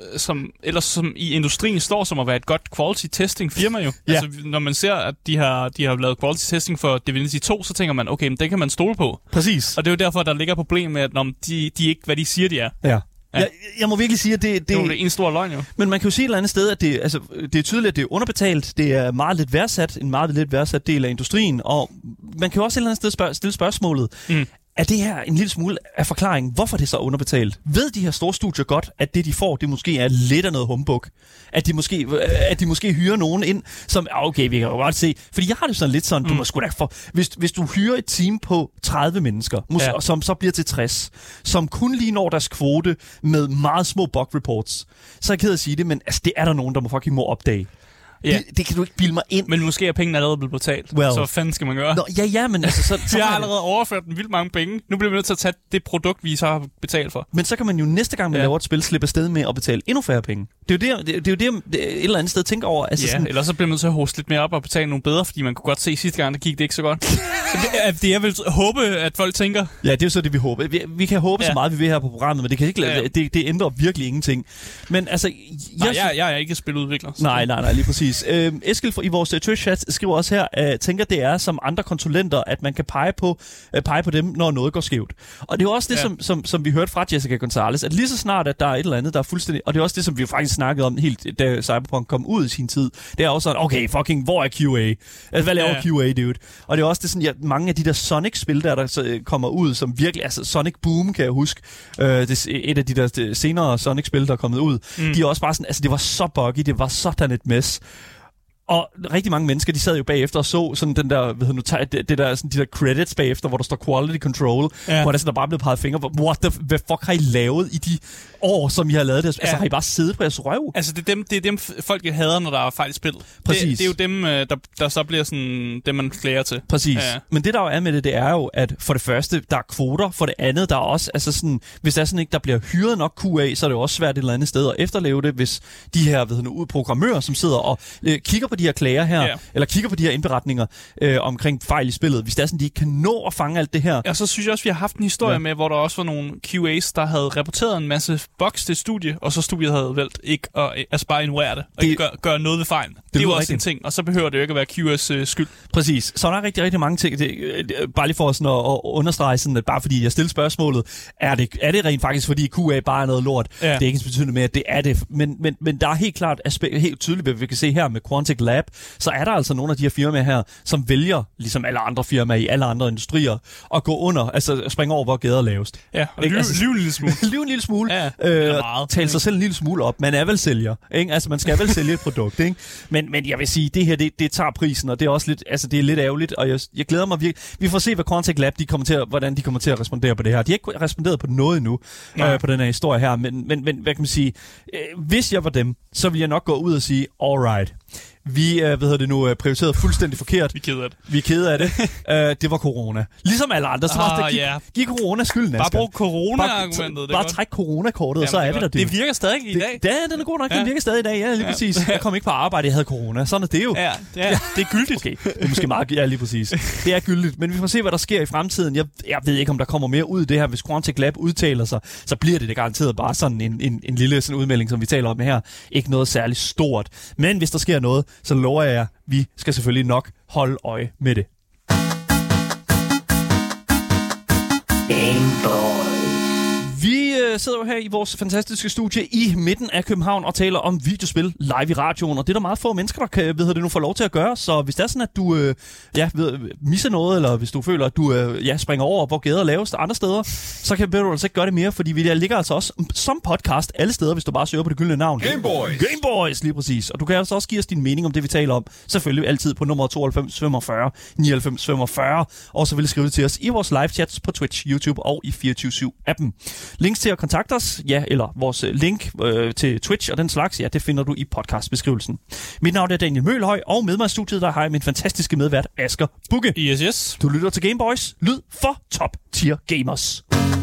i industrien står som at være et godt quality-testing-firma jo. Ja. Altså, når man ser, at de har lavet quality-testing for Divinity 2, så tænker man, okay, men det kan man stole på. Præcis. Og det er jo derfor, der ligger problem med, at de er ikke, hvad de siger, de er. Ja. Ja. Jeg må virkelig sige, at det er en stor løgn, jo. Men man kan jo sige et eller andet sted, at det er tydeligt, at det er underbetalt. Det er meget lidt værdsat, en meget lidt værdsat del af industrien. Og man kan jo også et eller andet sted stille spørgsmålet. Er det her en lille smule af forklaringen, hvorfor det er så underbetalt? Ved de her store studier godt, at det, de får, det måske er lidt af noget humbug? At de måske hyrer nogen ind, som, okay, vi kan jo godt se. Fordi jeg har det sådan lidt sådan, du må sgu da for... Hvis du hyrer et team på 30 mennesker, som så bliver til 60, som kun lige når deres kvote med meget små bug reports, så er jeg ked af at sige det, men altså, det er der nogen, der fucking må opdage. Yeah. Det kan du ikke bilde mig ind. Men måske er pengene allerede blevet betalt. Så hvad fanden skal man gøre? Nå, ja, men altså... Så vi har allerede overført en vildt mange penge. Nu bliver vi nødt til at tage det produkt, vi så har betalt for. Men så kan man jo næste gang, man laver et spil, slippe afsted med at betale endnu færre penge. Det er jo det, et eller andet sted tænker over. Altså sådan... eller så bliver man nødt til at hoste lidt mere op og betale nogle bedre, fordi man kunne godt se sidste gang, der gik det ikke så godt. Så det jeg vil håbe, at folk tænker. Ja, det er jo så det, vi håber. Vi kan håbe så meget, vi vil her på programmet, men det kan ikke det ændrer virkelig ingenting. Men altså... Jeg er ikke spiludvikler. Nej, lige præcis. præcis. Eskil i vores Twitch-chat skriver også her, tænker det er som andre konsulenter, at man kan pege på dem, når noget går skævt. Og det er jo også det, som vi hørte fra Jessica Gonzalez, at lige så snart, at der er et eller andet, der er fuldstændig... Og det er også det, som vi jo faktisk snakkede om helt, da Cyberpunk kom ud i sin tid. Det er også sådan, okay, fucking, hvor er QA? Altså, hvad laver QA, dude? Og det er også det sådan, mange af de der Sonic-spil, der så kommer ud, som virkelig... Altså, Sonic Boom, kan jeg huske. Et af de der senere Sonic-spil, der er kommet ud. De er også bare sådan... Altså, det var så buggy, det var sådan et mess. Og rigtig mange mennesker, de sad jo bagefter og så sådan den der, det der, sådan de der credits bagefter, hvor der står quality control, hvor der sådan der bare blev peget fingre på, hvad fuck har I lavet i de år, som I har lavet det? Altså har I bare siddet på jeres røv? Altså det er dem folk hader, når der er fejl i spillet. Præcis. Det er jo dem, der så bliver sådan, dem man klæder til. Præcis. Ja. Men det der jo er med det er jo, at for det første, der er kvoter, for det andet, der er også, altså sådan, hvis der sådan ikke, der bliver hyret nok QA, så er det jo også svært et eller andet sted at efterleve det, hvis de her, programmører, som sidder og kigger på de her klager her, eller kigger på de her indberetninger omkring fejl i spillet, hvis det er sådan, de ikke kan nå at fange alt det her. Ja, så synes jeg også, vi har haft en historie med, hvor der også var nogle QA's, der havde rapporteret en masse bugs til studie, og så studiet havde valgt ikke at bare ignorere det, og ikke gøre noget ved fejlen. Det er jo også en ting, og så behøver det jo ikke at være QA's skyld. Præcis. Så der er rigtig, rigtig mange ting. Bare lige for sådan at understrege sådan, at bare fordi jeg stiller spørgsmålet, er det rent faktisk, fordi QA bare er noget lort? Ja. Det er ikke betydende med, at det er det. Men der er helt klart helt tydeligt, hvad vi kan se her med Quantic Lab, så er der altså nogle af de her firmaer her, som vælger, ligesom alle andre firmaer i alle andre industrier, at gå under, altså springe over, hvor gader er lavest. Ja, og lyve en lille smule. Lyve en lille smule. Ja, tale sig selv en lille smule op. Man er vel sælger, ikke? Altså, man skal vel sælge et produkt, ikke? Men jeg vil sige, det her, det tager prisen, og det er også lidt, altså, det er lidt ærgerligt, og jeg glæder mig virkelig. Vi får se, hvad Quantic Lab, hvordan de kommer til at respondere på det her. De har ikke responderet på noget endnu, på den her historie her, men hvad kan man sige? Hvis jeg var dem, så ville jeg nok gå ud og sige, alright. Vi prioriteret fuldstændig forkert. Vi er kede af det. Det var corona. Ligesom alle andre. Så giv corona skylden. Bare brug corona-argumentet. Bare træk coronakortet, og så er vi der. Det virker stadig i dag. Ja, den er god nok. Den virker stadig i dag. Ja, lige præcis. Jeg kom ikke på arbejde, jeg havde corona. Sådan er det jo. Ja, det er gyldigt. Okay, det er måske meget... Ja, lige præcis. Det er gyldigt. Men vi får se, hvad der sker i fremtiden. Jeg ved ikke, om der kommer mere ud af det her. Hvis Quantic Lab udtaler sig, så bliver det garanteret bare sådan en lille sådan udmelding, som vi taler om her. Ikke noget særligt stort. Men hvis der sker noget, så lover jeg jer, vi skal selvfølgelig nok holde øje med det. Vi sidder jo her i vores fantastiske studie i midten af København og taler om videospil live i radioen, og det er der meget få mennesker, der kan, nu får lov til at gøre, så hvis det er sådan, at du misser noget, eller hvis du føler, at du springer over, hvor gader laves andre steder, så kan du altså ikke gøre det mere, fordi vi der ligger altså også som podcast alle steder, hvis du bare søger på det gyldne navn. Gameboys, lige præcis. Og du kan altså også give os din mening om det, vi taler om. Selvfølgelig altid på nummer 92 45 99 45, og så vil du skrive det til os i vores live chats på Twitch, YouTube og i 24/7-appen. Links til at kontakte os, eller vores link til Twitch og den slags, det finder du i podcastbeskrivelsen. Mit navn er Daniel Møhlhøj, og med mig i studiet, der har jeg min fantastiske medvært, Asger Bugge. Yes. Du lytter til Gameboys, lyd for top tier gamers.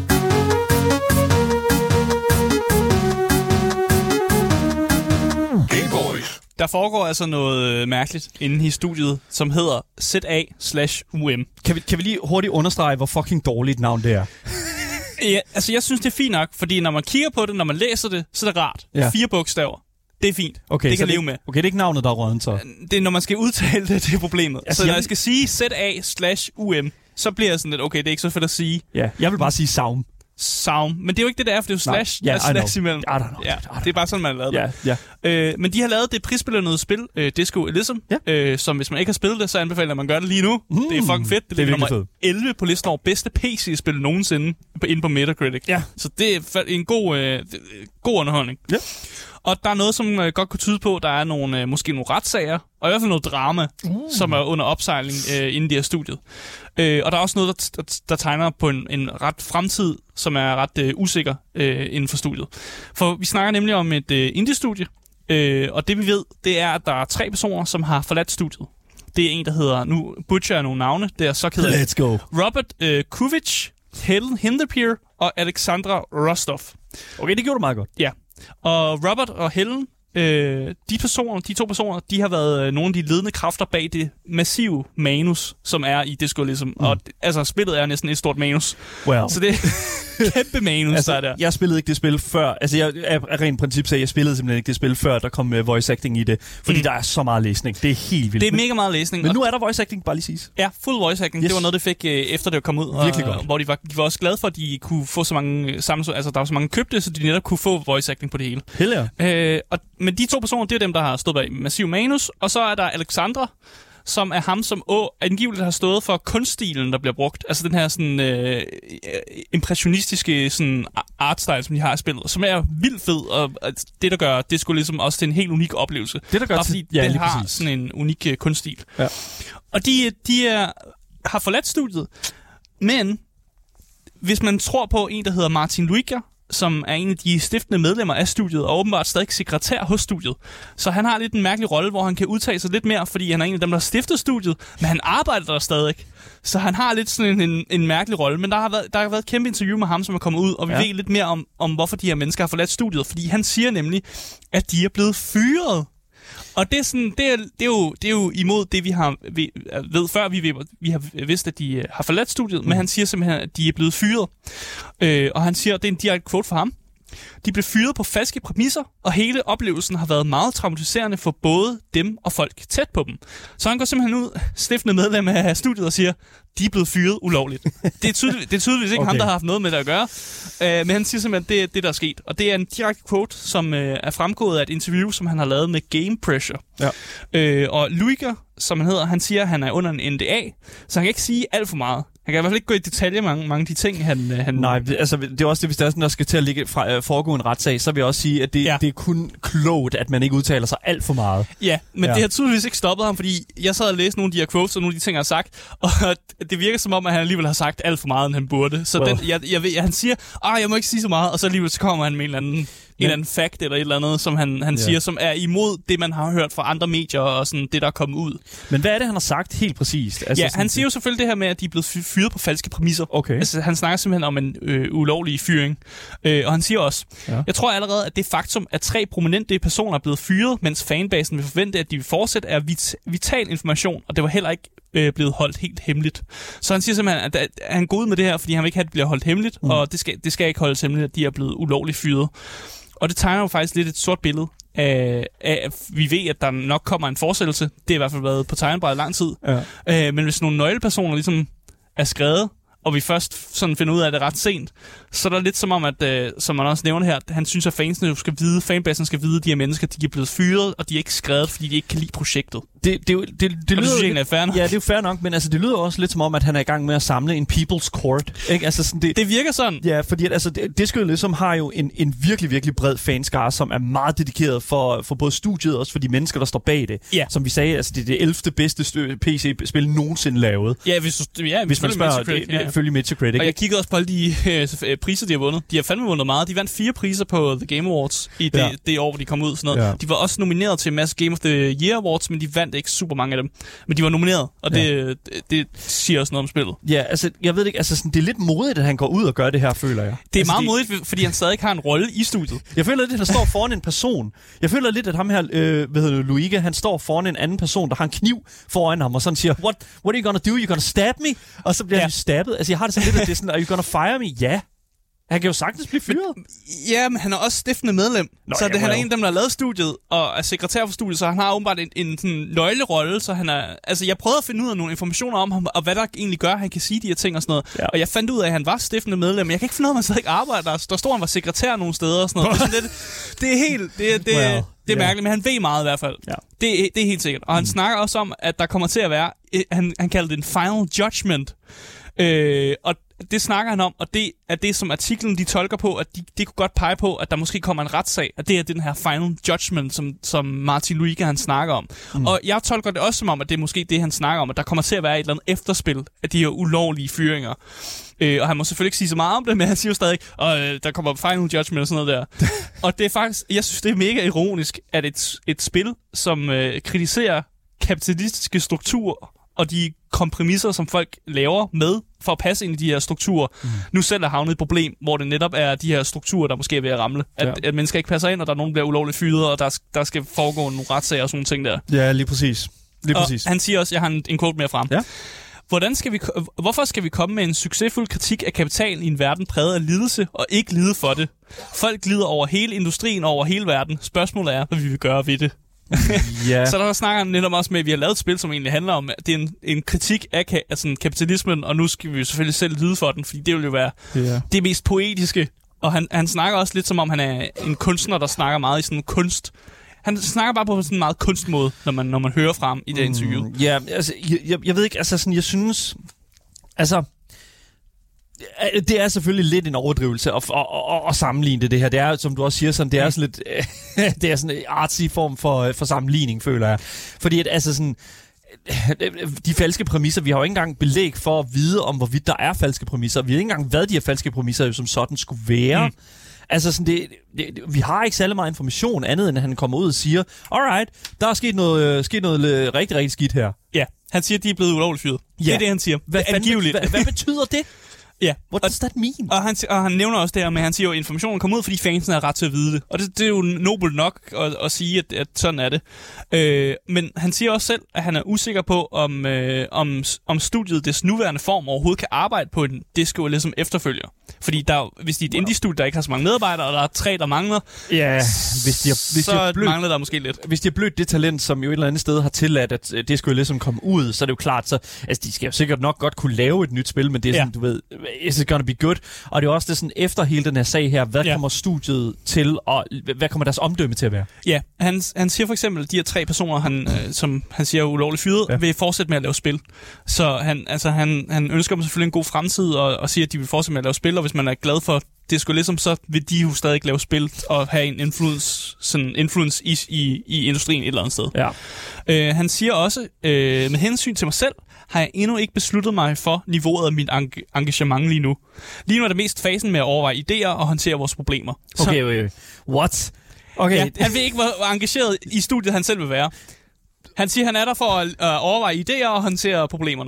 Der foregår altså noget mærkeligt inde i studiet, som hedder ZA/UM. Kan vi lige hurtigt understrege, hvor fucking dårligt navn det er? Ja, altså jeg synes, det er fint nok, fordi når man kigger på det, når man læser det, så er det rart. 4 bogstaver. Det er fint. Okay, det kan leve med. Okay, det er ikke navnet, der er rødden så. Det er, når man skal udtale det, det er problemet. Altså, så når jeg skal sige ZA/UM, så bliver jeg sådan lidt, okay, det er ikke så fedt at sige. Ja, jeg vil bare sige Saum. Men det er jo ikke det, der er, for det er jo slash. Der er slash imellem. Det er bare sådan, man har lavet det. Men de har lavet det prisbelønnede spil, Disco Elysium, som hvis man ikke har spillet det, så anbefaler at man gør det lige nu. Det er fucking fedt. Det er nummer 11 på listen over bedste PC-spil nogensinde inde på Metacritic. Ja. Så det er en god underholdning. Ja. Og der er noget, som godt kunne tyde på, der er måske nogle retssager, og i hvert fald noget drama, som er under opsejling inden de her studiet. Og der er også noget, der tegner på en ret fremtid, som er ret usikker inden for studiet. For vi snakker nemlig om et indie-studie, og det vi ved, det er, at der er 3 personer, som har forladt studiet. Det er en, der hedder, nu butcher jeg nogle navne, det er så hedder Let's go. Robert Kuvich, Helen Hinderpier og Alexandra Rostov. Okay, det gjorde du meget godt. Ja. Og Robert og Helen, de to personer, de har været nogle af de ledende kræfter bag det massive manus, som er i Disco-lism. Og altså, spillet er næsten et stort manus. Well. Så det er kæmpe manus, altså, der er der. Jeg spillede ikke det spil før. Altså, jeg er rent princip sagde, jeg spillede simpelthen ikke det spil før, der kom voice acting i det. Fordi der er så meget læsning. Det er helt vildt. Det er mega meget læsning. Men nu er der voice acting, bare lige siges. Ja, full voice acting. Yes. Det var noget, det fik efter det kom ud. Virkelig godt. Hvor de var også glade for, at de kunne få så mange altså der var så mange købte, så de netop kunne få voice acting på det hele. Men de to personer, det er dem, der har stået bag massiv manus. Og så er der Alexandra, som er ham, som angiveligt har stået for kunststilen, der bliver brugt. Altså den her sådan impressionistiske sådan artstyle, som de har i spillet, som er vildt fed, og det, der gør det skulle ligesom også til en helt unik oplevelse. Det, der gør fordi det har præcis. Sådan en unik kunststil. Ja. Og de har forladt studiet, men hvis man tror på en, der hedder Martin Luiga, som er en af de stiftende medlemmer af studiet, og åbenbart stadig sekretær hos studiet. Så han har lidt en mærkelig rolle, hvor han kan udtale sig lidt mere, fordi han er en af dem, der har stiftet studiet, men han arbejder der stadig. Så han har lidt sådan en mærkelig rolle, men der har været et kæmpe interview med ham, som er kommet ud, og vi ved lidt mere om, hvorfor de her mennesker har forladt studiet, fordi han siger nemlig, at de er blevet fyret. Og det er sådan, det er jo imod det, vi har ved før, vi har vidst, at de har forladt studiet, men han siger simpelthen, at de er blevet fyret. Og han siger, det er en direkte quote fra ham. De blev fyret på falske præmisser, og hele oplevelsen har været meget traumatiserende for både dem og folk tæt på dem. Så han går simpelthen ud, stiftende medlem af studiet, og siger, de er blevet fyret ulovligt. Det er tydeligvis ikke ham, der har haft noget med det at gøre. Men han siger simpelthen, det er det, der er sket. Og det er en direkte quote, som er fremgået af et interview, som han har lavet med Game Pressure. Ja. Og Luiga, som han hedder, han siger, at han er under en NDA, så han kan ikke sige alt for meget. Han kan i hvert fald ikke gå i detaljer mange af de ting, han... Nej, altså det er også det, hvis der er sådan, der skal til at foregå en retssag, så vil jeg også sige, at det er kun klogt, at man ikke udtaler sig alt for meget. Ja, men det har tydeligvis ikke stoppet ham, fordi jeg sad og læste nogle af de her quotes, og nogle af de ting, han har sagt, og det virker som om, at han alligevel har sagt alt for meget, end han burde. Så han siger, jeg må ikke sige så meget, og så alligevel så kommer han med en eller anden fact eller et eller andet, som han siger, som er imod det, man har hørt fra andre medier og sådan det, der er kommet ud. Men hvad er det, han har sagt helt præcist? Altså, han siger jo selvfølgelig det her med, at de er blevet fyret på falske præmisser. Okay. Altså, han snakker simpelthen om en ulovlig fyring. Og han siger også, jeg tror allerede, at det faktum, at 3 prominente personer er blevet fyret, mens fanbasen vil forvente, at de vil fortsætte, er vital information, og det var heller ikke blevet holdt helt hemmeligt. Så han siger simpelthen, at han går ud med det her, fordi han vil ikke have, at det bliver holdt hemmeligt, og det skal ikke holdes hemmeligt, at de er blevet ulovligt fyret. Og det tegner jo faktisk lidt et sort billede af vi ved, at der nok kommer en fortsættelse. Det har i hvert fald været på tegnebrættet lang tid. Ja. Men hvis nogle nøglepersoner ligesom er skrevet, og vi først sådan finder ud af det ret sent, så er der lidt som om, at, som man også nævner her, han synes, at fanbasen skal vide, at de her mennesker, de er blevet fyret, og de er ikke skrevet, fordi de ikke kan lide projektet. Det lyder er fair nok. Ja, det er jo fair nok, men altså, det lyder også lidt som om, at han er i gang med at samle en people's court. Ikke? Altså, sådan, det virker sådan. Ja, fordi altså, Disco-lism har jo en virkelig, virkelig bred fanskare, som er meget dedikeret for både studiet og også for de mennesker, der står bag det. Ja. Som vi sagde, altså, det er det 11. bedste PC-spil nogensinde lavet. Ja, hvis man spørger, følge Metacritic. Og jeg kiggede også på alle de priser, de har vundet. De har fandme vundet meget. De vandt 4 priser på The Game Awards i det år, hvor de kom ud. Sådan noget. Ja. De var også nomineret til en masse Game of the Year Awards, men de vandt ikke super mange af dem. Men de var nomineret, og det siger også noget om spillet. Ja, altså, jeg ved ikke, altså, sådan, det er lidt modigt, at han går ud og gør det her, føler jeg. Det er meget modigt, fordi han stadig har en rolle i studiet. Jeg føler lidt, at han står foran en person. Jeg føler lidt, at ham her, Luiga, han står foran en anden person, der har en kniv foran ham, og sådan siger, what are you gonna do? You gonna stab me? Og så bliver han stabbet. Altså, jeg har det sådan lidt, at det er sådan, are you gonna fire me? Ja. Han kan jo sagtens blive fyret. Ja, men han er også stiftende medlem. Så han er en af dem, der har lavet studiet, og er sekretær for studiet, så han har åbenbart en sådan nøglerolle, så han er... Altså, jeg prøvede at finde ud af nogle informationer om ham, og hvad der egentlig gør, at han kan sige de her ting og sådan noget. Ja. Og jeg fandt ud af, at han var stiftende medlem, men jeg kan ikke finde ud af, at man stadig arbejder. Der står, han var sekretær nogle steder og sådan noget. Det er helt... Det er mærkeligt, men han ved meget i hvert fald. Ja. Det er helt sikkert. Og han snakker også om, at der kommer til at være... Han kalder det en final judgment. Og det snakker han om, og det er det, som artiklen de tolker på, at de kunne godt pege på, at der måske kommer en retssag, at det er den her final judgment, som Martin Luiga han snakker om. Og jeg tolker det også som om, at det er måske det, han snakker om, at der kommer til at være et eller andet efterspil af de her ulovlige fyringer. Og han må selvfølgelig ikke sige så meget om det, men han siger jo stadig, der kommer final judgment og sådan noget der. Og det er faktisk, jeg synes, det er mega ironisk, at et spil, som kritiserer kapitalistiske strukturer og de kompromiser, som folk laver med for at passe ind i de her strukturer, nu selv er havnet et problem, hvor det netop er de her strukturer, der måske er ved at ramle. At mennesker ikke passer ind, og der er nogen, der bliver ulovligt fyret, og der skal foregå nogle retssager og sådan nogle ting der. Ja, lige præcis. Han siger også, jeg har en quote mere frem. Ja. Hvorfor skal vi komme med en succesfuld kritik af kapital i en verden præget af lidelse, og ikke lide for det? Folk lider over hele industrien og over hele verden. Spørgsmålet er, hvad vi vil gøre ved det. Ja. Så der snakker han netop også med, at vi har lavet et spil, som egentlig handler om, at det er en kritik af kapitalismen, og nu skal vi jo selvfølgelig selv lide for den, fordi det vil jo være det mest poetiske. Og han snakker også lidt som om, han er en kunstner, der snakker meget i sådan kunst. Han snakker bare på sådan en meget kunstmåde, når man hører fra ham i det interview. Ja, altså, jeg ved ikke, altså sådan, jeg synes, altså, det er selvfølgelig lidt en overdrivelse at sammenligne det her. Det er, som du også siger, sådan, det er sådan lidt, det er sådan en artsy form for sammenligning, føler jeg. Fordi at, altså sådan, de falske præmisser, vi har jo ikke engang belæg for at vide om, hvorvidt der er falske præmisser. Vi har ikke engang, hvad de her falske præmisser jo som sådan skulle være. Altså sådan, vi har ikke særlig meget information andet, end at han kommer ud og siger, alright, der er sket noget rigtig, rigtig skidt her. Ja, han siger, at de er blevet ulovligt fyret. Ja. Det er det, han siger. Hvad betyder det? Ja. What does that mean? Og han nævner også det her med, at han siger jo, at informationen kommer ud, fordi fansen har ret til at vide det. Og det er jo nobelt nok at sige, at sådan er det. Men han siger også selv, at han er usikker på, om studiet, dets nuværende form, overhovedet kan arbejde på en disco-ligesom efterfølger. Fordi hvis de er et indie-studie, der ikke har så mange medarbejdere, og der er 3, der mangler, så mangler der måske lidt. Hvis de har blødt det talent, som jo et eller andet sted har tilladt, at det skulle ligesom komme ud, så er det jo klart, så altså, de skal jo sikkert nok godt kunne lave et nyt spil, men det er sådan, du ved, is it gonna be good? Og det er også det sådan, efter hele den her sag her, hvad kommer studiet til, og hvad kommer deres omdømme til at være? Ja, han siger for eksempel, at de her 3 personer, som han siger er ulovligt fyret, vil fortsætte med at lave spil. Så han ønsker dem selvfølgelig en god fremtid, og siger, at de vil fortsætte med at lave spil, og hvis man er glad for det skulle ligesom, så vil de jo stadig lave spil og have en influence i industrien et eller andet sted. Ja. Han siger også, med hensyn til mig selv, har jeg endnu ikke besluttet mig for niveauet af mit engagement lige nu. Lige nu er det mest fasen med at overveje idéer og håndtere vores problemer. Okay, what? Okay. Ja, han ved ikke, hvor engageret i studiet han selv vil være. Han siger, han er der for at overveje idéer og håndtere problemerne.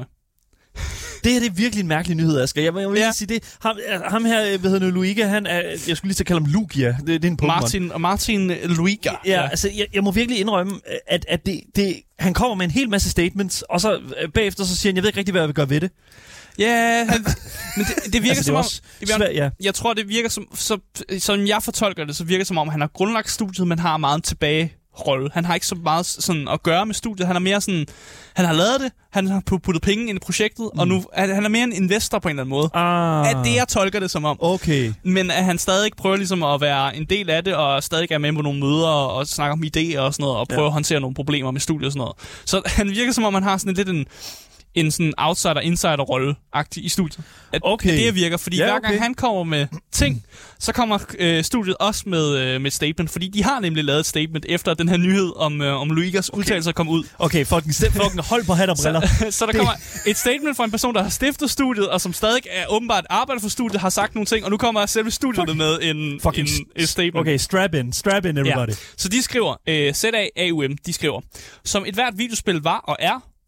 Det er virkelig en mærkelig nyhed, Asger. Jeg vil sige det. Ham her, hvad hedder Luiga, han er, jeg skulle lige til at kalde ham Lugia. Det er en Pokémon. Martin Luiga. Ja, altså, jeg må virkelig indrømme, at han kommer med en hel masse statements, og så bagefter så siger han, jeg ved ikke rigtig, hvad jeg vil gøre ved det. Ja, men det virker altså, som om... Jeg tror, det virker som jeg fortolker det, så virker det som om, han har grundlagt studiet, men har meget tilbage rolle. Han har ikke så meget sådan at gøre med studiet. Han er mere sådan, han har lavet det, han har puttet penge ind i projektet, og nu han er mere en investor på en eller anden måde. At det, jeg tolker det som om. Okay. Men at han stadig prøver ligesom at være en del af det, og stadig er med på nogle møder, og snakke om idéer og sådan noget, og prøve at håndtere nogle problemer med studiet og sådan noget. Så han virker som om, han har sådan lidt en sådan outsider-insider-rolle-agtig i studiet. At det virker, fordi hver gang han kommer med ting, så kommer studiet også med et statement, fordi de har nemlig lavet et statement efter den her nyhed om Luigas udtalelser kom ud. Okay, fucking hold på hat og briller. Så der kommer et statement fra en person, der har stiftet studiet, og som stadig er åbenbart arbejder for studiet, har sagt nogle ting, og nu kommer selve studiet med en statement. Okay, strap in everybody. Ja. Så de skriver, ZAAUM, de skriver, som et hvert videospil var og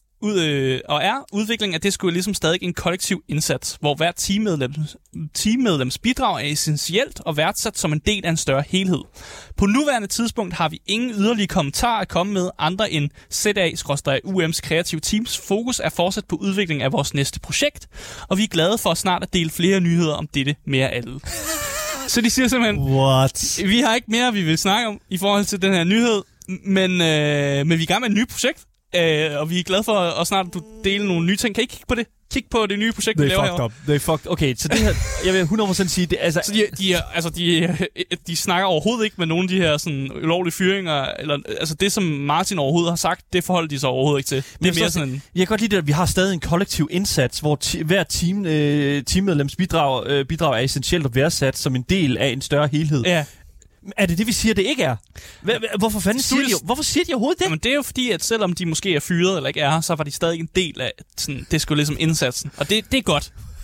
er udviklingen af det skulle ligesom stadig en kollektiv indsats, hvor hvert teammedlems bidrag er essentielt og værdsat som en del af en større helhed. På nuværende tidspunkt har vi ingen yderligere kommentarer at komme med andre end ZA/UM's kreative teams. Fokus er fortsat på udviklingen af vores næste projekt, og vi er glade for snart at dele flere nyheder om dette mere alle. Så de siger simpelthen, vi har ikke mere, vi vil snakke om i forhold til den her nyhed, men vi er i gang med et nyt projekt. Og vi er glade for at snart dele nogle nye ting. Kan I kigge på det? Kig på det nye projekt, vi laver her. Det er fucked. Okay, så det her, jeg vil 100% sige, det altså... Så de snakker overhovedet ikke med nogen af de her sådan ulovlige fyringer, eller altså det, som Martin overhovedet har sagt, det forholder de sig overhovedet ikke til. Det er mere sådan en... Jeg kan godt lide det, at vi har stadig en kollektiv indsats, hvor hver teammedlems bidrag er essentielt og værdsat som en del af en større helhed. Ja. Er det vi siger, det ikke er? Hvorfor fanden hvorfor siger de overhovedet det? Jamen, det er jo fordi, at selvom de måske er fyret eller ikke er her, så var de stadig en del af sådan, det skulle ligesom indsatsen. Og det er godt.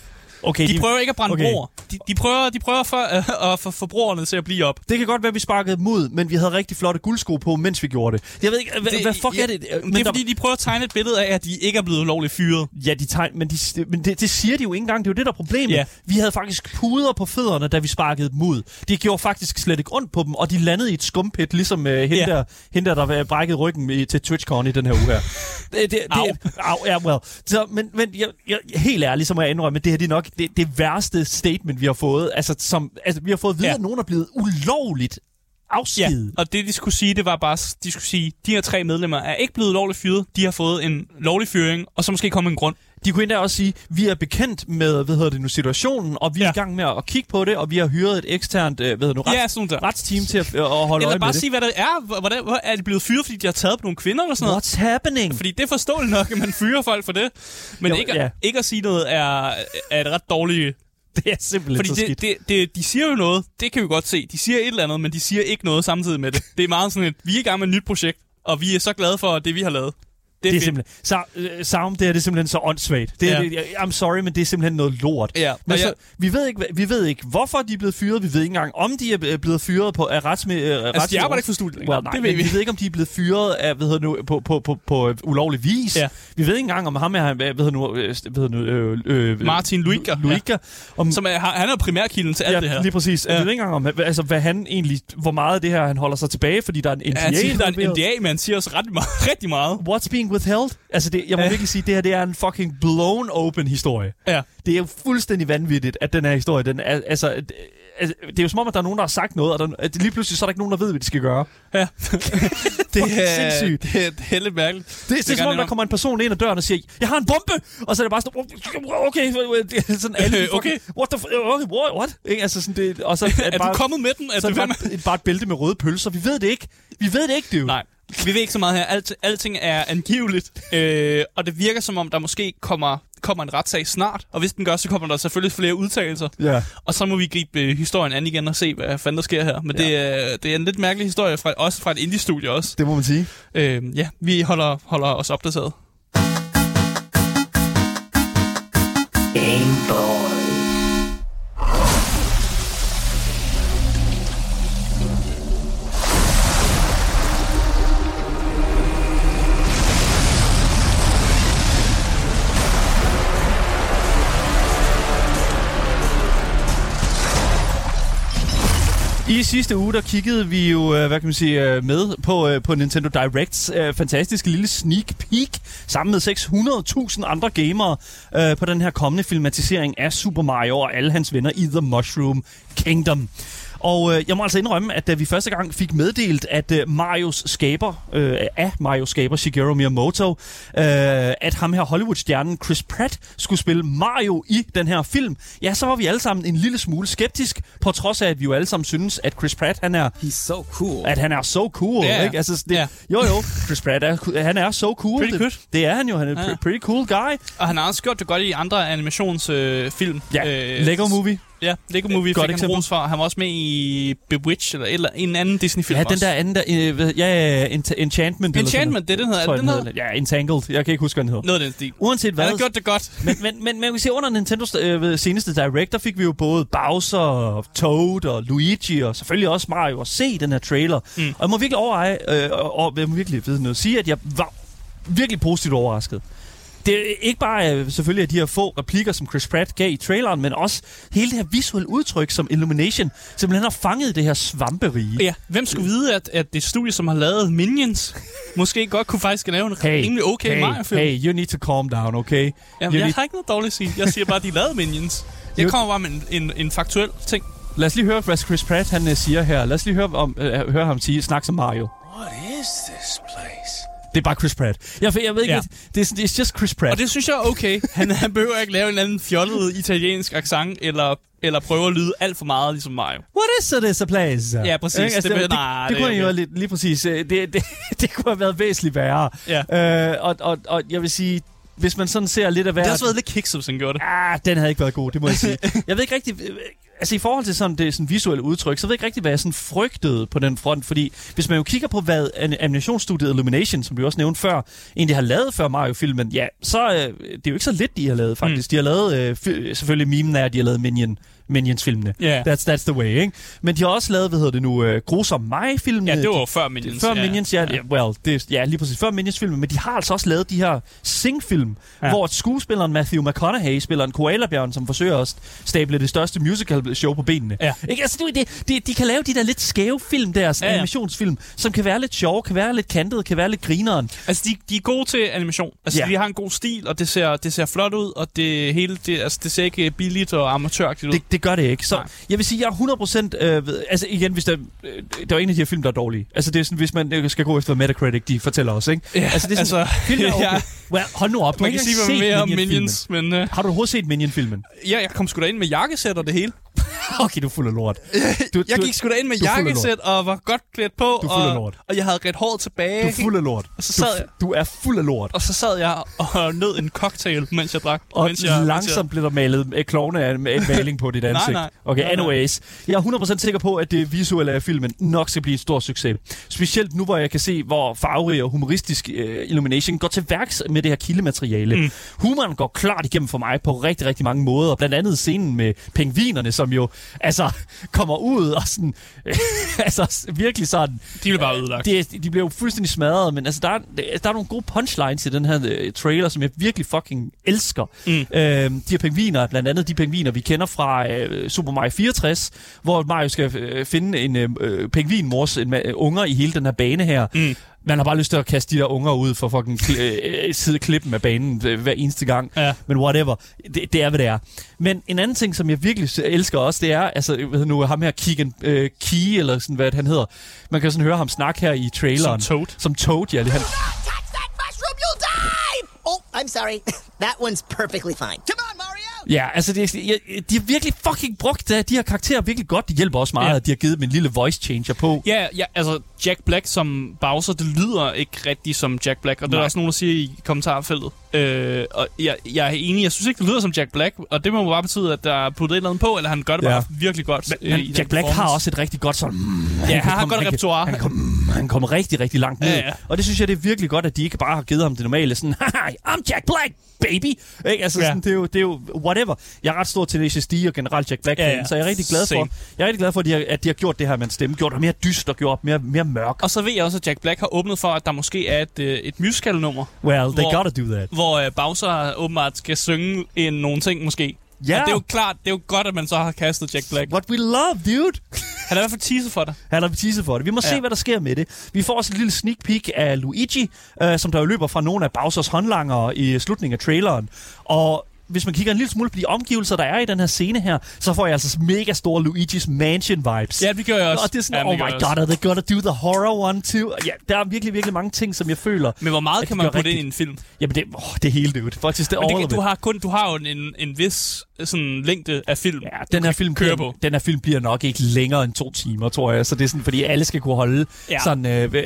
Okay, de prøver ikke at brænde broer. De prøver for at få forbrugerne til at blive op. Det kan godt være, at vi sparkede dem ud, men vi havde rigtig flotte guldsko på, mens vi gjorde det. Jeg ved ikke, hvad fuck er det? Det er fordi, de prøver at tegne et billede af, at de ikke er blevet ulovligt fyret. Ja, de tegner, men det siger de jo ikke engang. Det er jo det, der er problemet. Yeah. Vi havde faktisk puder på fødderne, da vi sparkede dem ud. De gjorde faktisk slet ikke ondt på dem, og de landede i et skumpit, ligesom hende der brækkede ryggen til TwitchCon i den her uge her. Well. Så, men jeg, helt ærligt, så må jeg indrømme, at det her det er nok det værste statement, vi har fået. Altså vi har fået at vide, at nogen er blevet ulovligt afskedet. Ja, og det de skulle sige, det var bare, de skulle sige, de her 3 medlemmer er ikke blevet lovligt fyret, de har fået en lovlig fyring, og så måske komme en grund. De kunne endda også sige, vi er bekendt med, situationen, og vi er i gang med at kigge på det, og vi har hyret et eksternt, retsteam til at holde øje med det. Eller bare sige, hvad det er. Hvordan er de blevet fyret, fordi de har taget på nogle kvinder eller sådan noget? What's happening? Fordi det er forståeligt nok, at man fyrer folk for det. Men ikke at sige noget er et ret dårligt. Det er simpelthen så skidt. De siger jo noget, det kan vi godt se. De siger et eller andet, men de siger ikke noget samtidig med det. Det er meget sådan vi er i gang med et nyt projekt, og vi er så glade for det, vi har lavet. Det er simpelthen... Sound, det er simpelthen så åndssvagt. I'm sorry, men det er simpelthen noget lort. Ja. Men vi ved ikke, hvorfor de er blevet fyret. Vi ved ikke engang, om de er blevet fyret på af altså, de arbejder ikke for studiet længere. Nej, vi ved ikke, om de er blevet fyret af, på ulovlig vis. Ja. Vi ved ikke engang, om ham er, Martin Luiga. Som han er primærkilden til alt det her. Lige præcis. Ja. Vi ved ikke engang, om hvad han egentlig... Hvor meget af det her, han holder sig tilbage, fordi der er en NDA. Der er en NDA, men han siger også rigtig meget. What's being withheld? Altså, jeg må virkelig sige, det her det er en fucking blown open historie. Ja. Det er jo fuldstændig vanvittigt, at den her historie, det er jo som om, at der er nogen, der har sagt noget, og lige pludselig så er der ikke nogen, der ved, hvad de skal gøre. Ja. Det er sindssygt. Det er lidt mærkeligt. Det er som om, der kommer en person ind ad døren og siger, jeg har en bombe! Og så er det bare sådan, sådan alle okay. What? Altså sådan det, og så er du kommet med den? Så er det bare et bælte med røde pølser. Vi ved det ikke. Det jo. Nej. Vi ved ikke så meget her. Alting er angiveligt, og det virker som om, der måske kommer en retssag snart, og hvis den gør, så kommer der selvfølgelig flere udtalelser. Yeah. Og så må vi gribe historien an igen og se, hvad fanden der sker her. Men det er en lidt mærkelig historie, også fra et indie-studie også. Det må man sige. Vi holder os opdateret. Game Boy. I sidste uge, der kiggede vi jo, med på Nintendo Directs fantastiske lille sneak peek sammen med 600.000 andre gamere på den her kommende filmatisering af Super Mario og alle hans venner i The Mushroom Kingdom. Og jeg må altså indrømme, at da vi første gang fik meddelt, at Marios skaber Shigeru Miyamoto, at ham her Hollywood-stjernen Chris Pratt skulle spille Mario i den her film, ja, så var vi alle sammen en lille smule skeptisk, på trods af, at vi jo alle sammen synes, at Chris Pratt, han er so cool, yeah. Ikke? Altså, jo, Chris Pratt, han er so cool. Pretty good. Det er han jo, han er pretty cool guy. Og han har også gjort det godt i andre animationsfilm. Lego Movie. Ja, Lego Movie fik han ros for. Han var også med i Bewitched, eller en anden Disney-film også. Ja, den der anden Enchantment. Enchantment, det den hedder. Ja, Entangled. Jeg kan ikke huske, hvad den hedder. Noget af den stil. Uanset hvad. Han har gjort det godt. men man kan se, under Nintendos seneste Direct, der fik vi jo både Bowser, Toad og Luigi, og selvfølgelig også Mario, at se den her trailer. Og jeg må virkelig sige, at jeg var virkelig positivt overrasket. Det er ikke bare selvfølgelig af de her få replikker, som Chris Pratt gav i traileren, men også hele det her visuelle udtryk, som Illumination simpelthen har fanget det her svamperige. Ja, hvem skulle vide, at det studie, som har lavet Minions, måske godt kunne faktisk lave en rimelig okay Mario-film? Hey, you need to calm down, okay? Jamen, jeg har ikke noget dårligt at sige. Jeg siger bare, at de lavede Minions. Jeg kommer bare med en faktuel ting. Lad os lige høre, hvad Chris Pratt han siger her. Lad os lige høre ham snakke som Mario. What is this place? Det er bare Chris Pratt. Jeg ved ikke, det er just Chris Pratt. Og det synes jeg er okay. Han behøver ikke lave en anden fjollet italiensk accent, eller prøve at lyde alt for meget ligesom Mario. What is this a place? Ja, præcis. Altså, det kunne jo lige præcis. Det kunne have været væsentligt værre. Ja. Og jeg vil sige, hvis man sådan ser lidt af hver... Det har også været lidt kikset, hvis han gjorde det. Den havde ikke været god, det må jeg sige. Jeg ved ikke rigtigt... altså i forhold til sådan det sådan visuelle udtryk, så ved jeg ikke rigtig, hvad jeg sådan frygtede på den front, fordi hvis man jo kigger på, hvad animationsstudiet Illumination, som du også nævnte før, egentlig har lavet før Mario-filmen, ja, så det er jo ikke så lidt, de har lavet faktisk. De har lavet, selvfølgelig memen er, at de har lavet Minions-filmene. Yeah. That's the way, ikke? Men de har også lavet, Grusom Mig-filmene. Ja, det var før Minions. Før Minions, lige præcis før Minions-filmen. Men de har altså også lavet de her Sing-film, hvor skuespilleren Matthew McConaughey spiller en koalabjørn, som forsøger at stable det største musical-show på benene. Ja. Ikke? Altså, de kan lave de der lidt skæve film der, animationsfilm, som kan være lidt sjove, kan være lidt kantede, kan være lidt grineren. Altså, de er gode til animation. Altså, de har en god stil, og det ser flot ud, og det hele, det ser ikke billigt og amatøragtigt ud. Det gør det ikke. Så jeg vil sige, jeg er 100%... altså igen, hvis der er en af de her film, der er dårlige. Altså det er sådan, hvis man skal gå efter Metacritic, de fortæller os, ikke? Ja, altså det er sådan, film er okay. Well, hold nu op. Man kan sige mere om Minions, men... Har du overhovedet set Minion-filmen? Ja, jeg kom sgu da ind med jakkesæt og det hele. Okay, du er fuld af lort. Jeg gik sgu da ind med jakkesæt og var godt klædt på, du er fuld af lort. Og jeg havde ret håret tilbage. Du er fuld af lort. Og så sad du er fuld af lort. Og så sad jeg og nød en cocktail, mens jeg drak. Og langsomt blev der malet klovne af en maling på dit ansigt. Nej. Okay, anyways. Jeg er 100% sikker på, at det visuelle af filmen nok skal blive en stor succes. Specielt nu, hvor jeg kan se, hvor farverig og humoristisk Illumination går til værks med det her kildemateriale. Humoren går klart igennem for mig på rigtig, rigtig mange måder. Blandt andet scenen med pingvinerne, som jo kommer ud og sådan... virkelig sådan... De bliver bare ødelagt. De bliver jo fuldstændig smadret, men altså, der er nogle gode punchlines i den her trailer, som jeg virkelig fucking elsker. De her pingviner, blandt andet de pingviner, vi kender fra Super Mario 64, hvor Mario skal finde en pingvinmors unger i hele den her bane her. Man har bare lyst til at kaste de der unger ud for fucking sidde klippen af banen hver eneste gang. Ja. Men whatever. Det er, hvad det er. Men en anden ting, som jeg virkelig elsker også, det er, altså, ham her Keegan Key, eller sådan, hvad han hedder. Man kan sådan høre ham snakke her i traileren. Som Toad, ja. Han... Oh, I'm sorry. That one's perfectly fine. Come on, Mario! Ja, altså de har virkelig fucking brugt de her karakterer virkelig godt. Det hjælper også meget, at de har givet dem en lille voice changer på. Ja, altså Jack Black som Bowser, det lyder ikke rigtig som Jack Black, og det er også nogen, der siger i kommentarfeltet. Og jeg er enig, jeg synes ikke, det lyder som Jack Black, og det må bare betyde, at der er puttet et eller andet på, eller han gør det bare virkelig godt. Men Jack Black har også et rigtig godt sådan... han har godt repertoire. Han kommer rigtig, rigtig langt ned. Ja. Og det synes jeg, det er virkelig godt, at de ikke bare har givet ham det normale sådan, I'm Jack Black, baby! Ikke? Altså, sådan, det er jo whatever. Jeg er ret stor til SSD og generelt Jack Black-fan, så jeg er rigtig glad for, at de har gjort det her med en stemme, gjort det mere dyst og gjort mere mørk. Og så ved jeg også, at Jack Black har åbnet for, at der måske er et musical-nummer. Well, they gotta do that. Hvor Bowser åbenbart skal synge nogle ting måske. Ja. Og det er jo klart, det er jo godt, at man så har kastet Jack Black. What we love, dude! Han er i hvert fald teaser for det. Vi må se, hvad der sker med det. Vi får også et lille sneak peek af Luigi, som der jo løber fra nogle af Bowsers håndlangere i slutningen af traileren. Og hvis man kigger en lille smule på de omgivelser, der er i den her scene her, så får jeg altså mega store Luigi's Mansion-vibes. Ja, det gør jeg også. Og det er sådan, oh my god, are they gonna do the horror one too? Ja, der er virkelig, virkelig mange ting, som jeg føler... Men hvor meget kan man putte ind i en film? Jamen, det hele, det er jo faktisk det all du har jo en vis sådan længde af film. Ja, den her film bliver nok ikke længere end 2 timer, tror jeg. Så det er sådan, fordi alle skal kunne holde sådan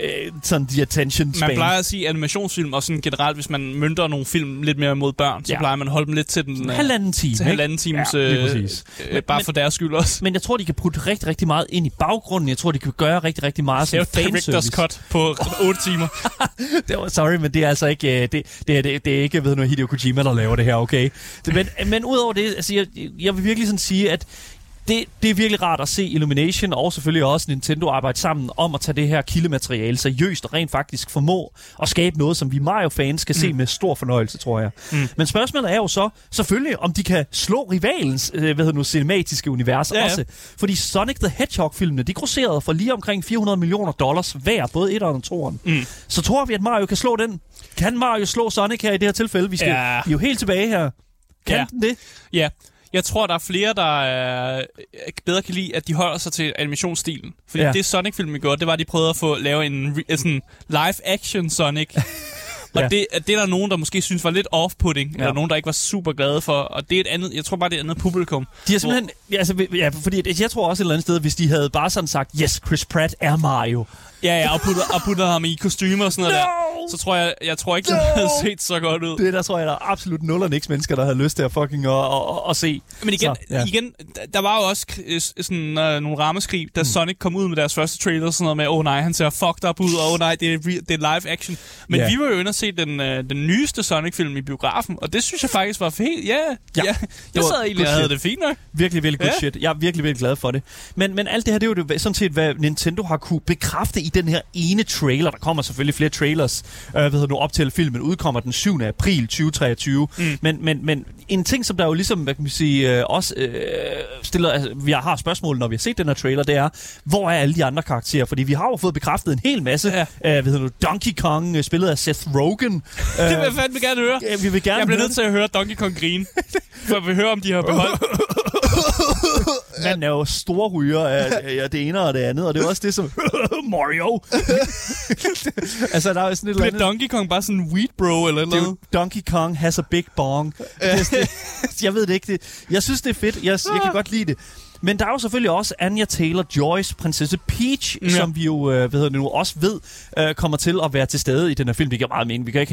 de attention span. Man plejer at sige animationsfilm, og sådan generelt, hvis man mønter nogle film lidt mere mod børn, så plejer man at holde dem lidt til den... halvanden time. Til halvanden times... bare for deres skyld også. Men jeg tror, de kan putte rigtig, rigtig meget ind i baggrunden. Jeg tror, de kan gøre rigtig, rigtig meget som fanservice. Det er jo director's cut på 8 timer. Sorry, men det er altså ikke... Det er ikke, Hideo Kojima, der laver det her, okay? Men udover det, altså, jeg vil virkelig sådan sige, at det er virkelig rart at se Illumination og selvfølgelig også Nintendo arbejde sammen om at tage det her kildemateriale seriøst og rent faktisk formå at skabe noget, som vi Mario-fans skal se med stor fornøjelse, tror jeg. Men spørgsmålet er jo så selvfølgelig, om de kan slå rivalens cinematiske univers også. Fordi Sonic the Hedgehog-filmene, de grosserede for lige omkring $400 million hver, både 1'eren og 2'eren. Så tror vi, at Mario kan slå den. Kan Mario slå Sonic her i det her tilfælde? Vi er jo helt tilbage her. Kan den det? Ja. Jeg tror, der er flere, der bedre kan lide, at de holder sig til animationsstilen. Fordi det Sonic-filmen gjorde, det var, at de prøvede at få lave en sådan live-action Sonic. Og det er der nogen, der måske synes var lidt off-putting, eller nogen, der ikke var super glade for. Og det er et andet, jeg tror bare, det er et andet publikum. De har simpelthen, fordi jeg tror også et eller andet sted, hvis de havde bare sådan sagt, yes, Chris Pratt er Mario, Ja, og putter ham i kostymer og sådan noget der. Så tror jeg ikke, det havde set så godt ud. Det der tror jeg, der er absolut nul og niks mennesker, der havde lyst til at fucking at se. Men igen, der var jo også sådan nogle rammeskrig, da Sonic kom ud med deres første trailer og sådan noget med, nej, han ser fucked up ud, og nej, det er live action. Men vi var jo inde og se den nyeste Sonic-film i biografen, og det synes jeg faktisk var fedt. Ja. Jeg sad egentlig og havde det fint nok. Virkelig, virkelig good shit. Jeg er virkelig, virkelig glad for det. Men alt det her, det er jo sådan set, hvad Nintendo har kunne bekræfte i den her ene trailer. Der kommer selvfølgelig flere trailers, op til filmen udkommer den 7. april 2023. Men en ting, som der jo ligesom, hvad kan man sige, også stiller, altså, vi har spørgsmål, når vi har set den her trailer, det er, hvor er alle de andre karakterer? Fordi vi har jo fået bekræftet en hel masse. Donkey Kong, spillet af Seth Rogen. Det vil jeg fandme gerne høre. Vi vil gerne jeg bliver nødt til at høre Donkey Kong grine, for vi hører, om de har beholdt. Han er jo store ryger af det ene og det andet, og det er også det som Mario. Altså der er sådan et eller andet. Donkey Kong bare sådan weed bro eller noget? Donkey Kong has a big bong. Jeg ved det ikke. Jeg synes det er fedt. Jeg kan godt lide det. Men der er jo selvfølgelig også Anya Taylor-Joy's prinsesse Peach, som vi jo også ved kommer til at være til stede i den her film. Det giver meget mening. Vi kan ikke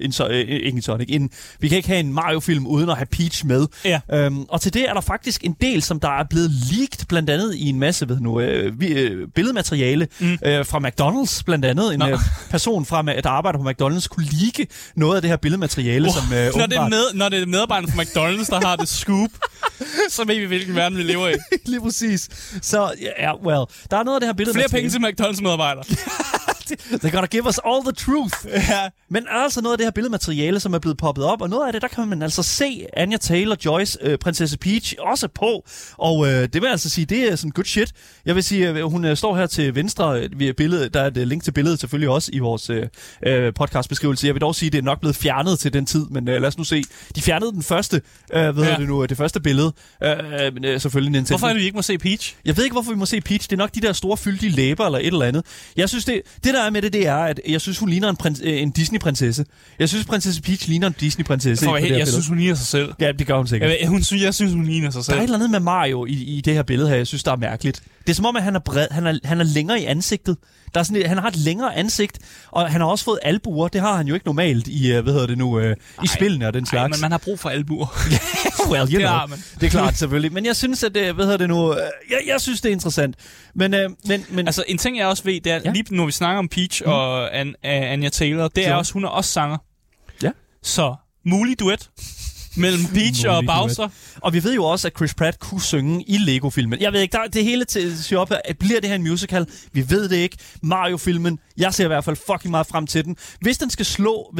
have vi kan ikke have en Mario-film uden at have Peach med. Ja. Og til det er der faktisk en del, som der er blevet leaked, blandt andet i en masse billedmateriale fra McDonald's, blandt andet. En person der arbejder på McDonald's kunne leake noget af det her billedmateriale, som når det er medarbejderne fra McDonald's, der har det scoop, så ved vi, hvilken verden vi lever i. Lige præcis. Så, der er noget af det her billede. Flere penge til McDonald's-medarbejdere. They're gonna give us all the truth. Ja. Men altså noget af det her billedmateriale, som er blevet poppet op, og noget af det, der kan man altså se Anya Taylor-Joy's prinsesse Peach også på. Og det vil altså sige, det er sådan good shit. Jeg vil sige, hun står her til venstre ved billedet. Der er et link til billedet selvfølgelig også i vores podcastbeskrivelse. Jeg vil dog sige, det er nok blevet fjernet til den tid, men lad os nu se. De fjernede den første, det første billede. Selvfølgelig Nintendo. Hvorfor er det, vi ikke må se Peach? Jeg ved ikke, hvorfor vi må se Peach. Det er nok de der store fyldige læber eller et eller andet. Jeg synes, det der er med det er, at jeg synes, hun ligner en Disney-prinsesse. Jeg synes, prinsesse Peach ligner en Disney-prinsesse. Jeg synes, hun ligner sig selv. Ja, det gør hun sikkert. Jeg synes, hun ligner sig selv. Der er et eller andet med Mario i det her billede her, jeg synes, der er mærkeligt. Det er som om, at han er bred. Han er længere i ansigtet. Der er sådan han har et længere ansigt, og han har også fået albuer. Det har han jo ikke normalt i, i spillene og den slags. Men man har brug for albuer. Well, det er klart selvfølgelig. Men jeg synes, at jeg synes, det er interessant. Men altså, en ting jeg også ved, det er, lige når vi snakker om Peach og Anya Taylor, det er også, hun er også sanger. Ja. Så, mulig duet mellem Peach og Bowser. Og vi ved jo også, at Chris Pratt kunne synge i Lego-filmen. Jeg ved ikke, det hele til op, bliver det her en musical? Vi ved det ikke. Mario-filmen, jeg ser i hvert fald fucking meget frem til den. Hvis den skal slå,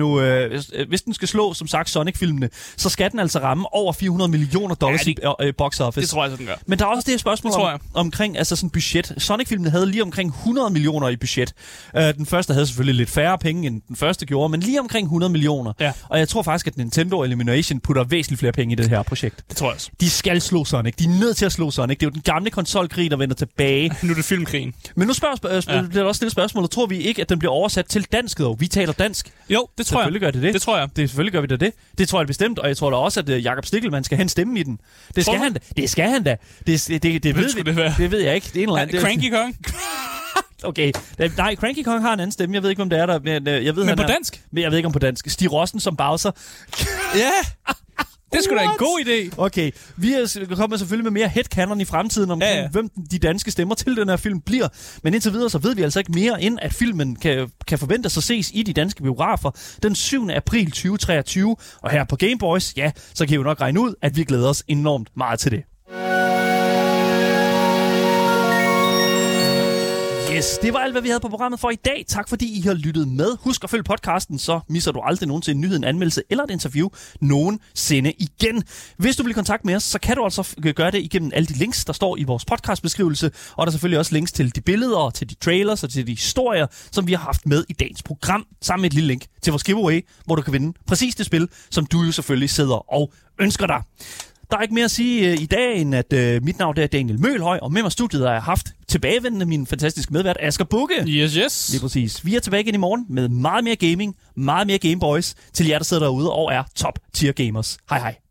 hvis den skal slå, som sagt, Sonic-filmene, så skal den altså ramme over $400 million i box office. Det tror jeg, så den gør. Men der er også det spørgsmål omkring altså sådan budget. Sonic-filmen havde lige omkring 100 millioner i budget. Den første havde selvfølgelig lidt færre penge, end den første gjorde, men lige omkring 100 millioner. Ja. Og jeg tror faktisk, at Nintendo Illumination putter væsentligt flere penge i det her projekt. Det tror jeg også. De skal slå Sonic. De er nødt til at slå Sonic. Det er jo den gamle konsolkrig, der vender tilbage. Nu er det filmkrigen. Men nu bliver der også stillet spørgsmål. Tror vi ikke, at den bliver oversat til dansk? Vi taler dansk. Jo, det tror jeg. Selvfølgelig gør det. Det tror jeg. Selvfølgelig gør vi det. Det tror jeg bestemt. Og jeg tror da også, at Jakob Stikkelmann skal have en stemme i den. Det skal han da. Det skal han da. Det ved jeg ikke. Det er en eller anden. Cranky Kong? Okay. Nej, Cranky Kong har en anden stemme. Jeg ved ikke, om det er der. Men på dansk? Jeg ved ikke, om på dansk. Stig Rossen som Bowser. Ja! Det er sgu da en god idé. Okay, vi kommer selvfølgelig med mere headcanon i fremtiden omkring, hvem de danske stemmer til den her film bliver. Men indtil videre, så ved vi altså ikke mere, end at filmen kan forventes at ses i de danske biografer den 7. april 2023. Og her på Game Boys, så kan I jo nok regne ud, at vi glæder os enormt meget til det. Yes, det var alt, hvad vi havde på programmet for i dag. Tak fordi I har lyttet med. Husk at følge podcasten, så misser du aldrig nogensinde en nyhed, en anmeldelse eller et interview nogensinde igen. Hvis du vil kontakte med os, så kan du altså gøre det igennem alle de links, der står i vores podcastbeskrivelse. Og der er selvfølgelig også links til de billeder, til de trailers og til de historier, som vi har haft med i dagens program. Sammen med et lille link til vores giveaway, hvor du kan vinde præcis det spil, som du jo selvfølgelig sidder og ønsker dig. Der er ikke mere at sige i dag, end at mit navn er Daniel Mølhøj, og med mig studiet har jeg haft tilbagevendende min fantastiske medvært, Asger Bukke. Yes. Lige præcis. Vi er tilbage igen i morgen med meget mere gaming, meget mere Game Boys, til jer, der sidder derude og er top tier gamers. Hej hej.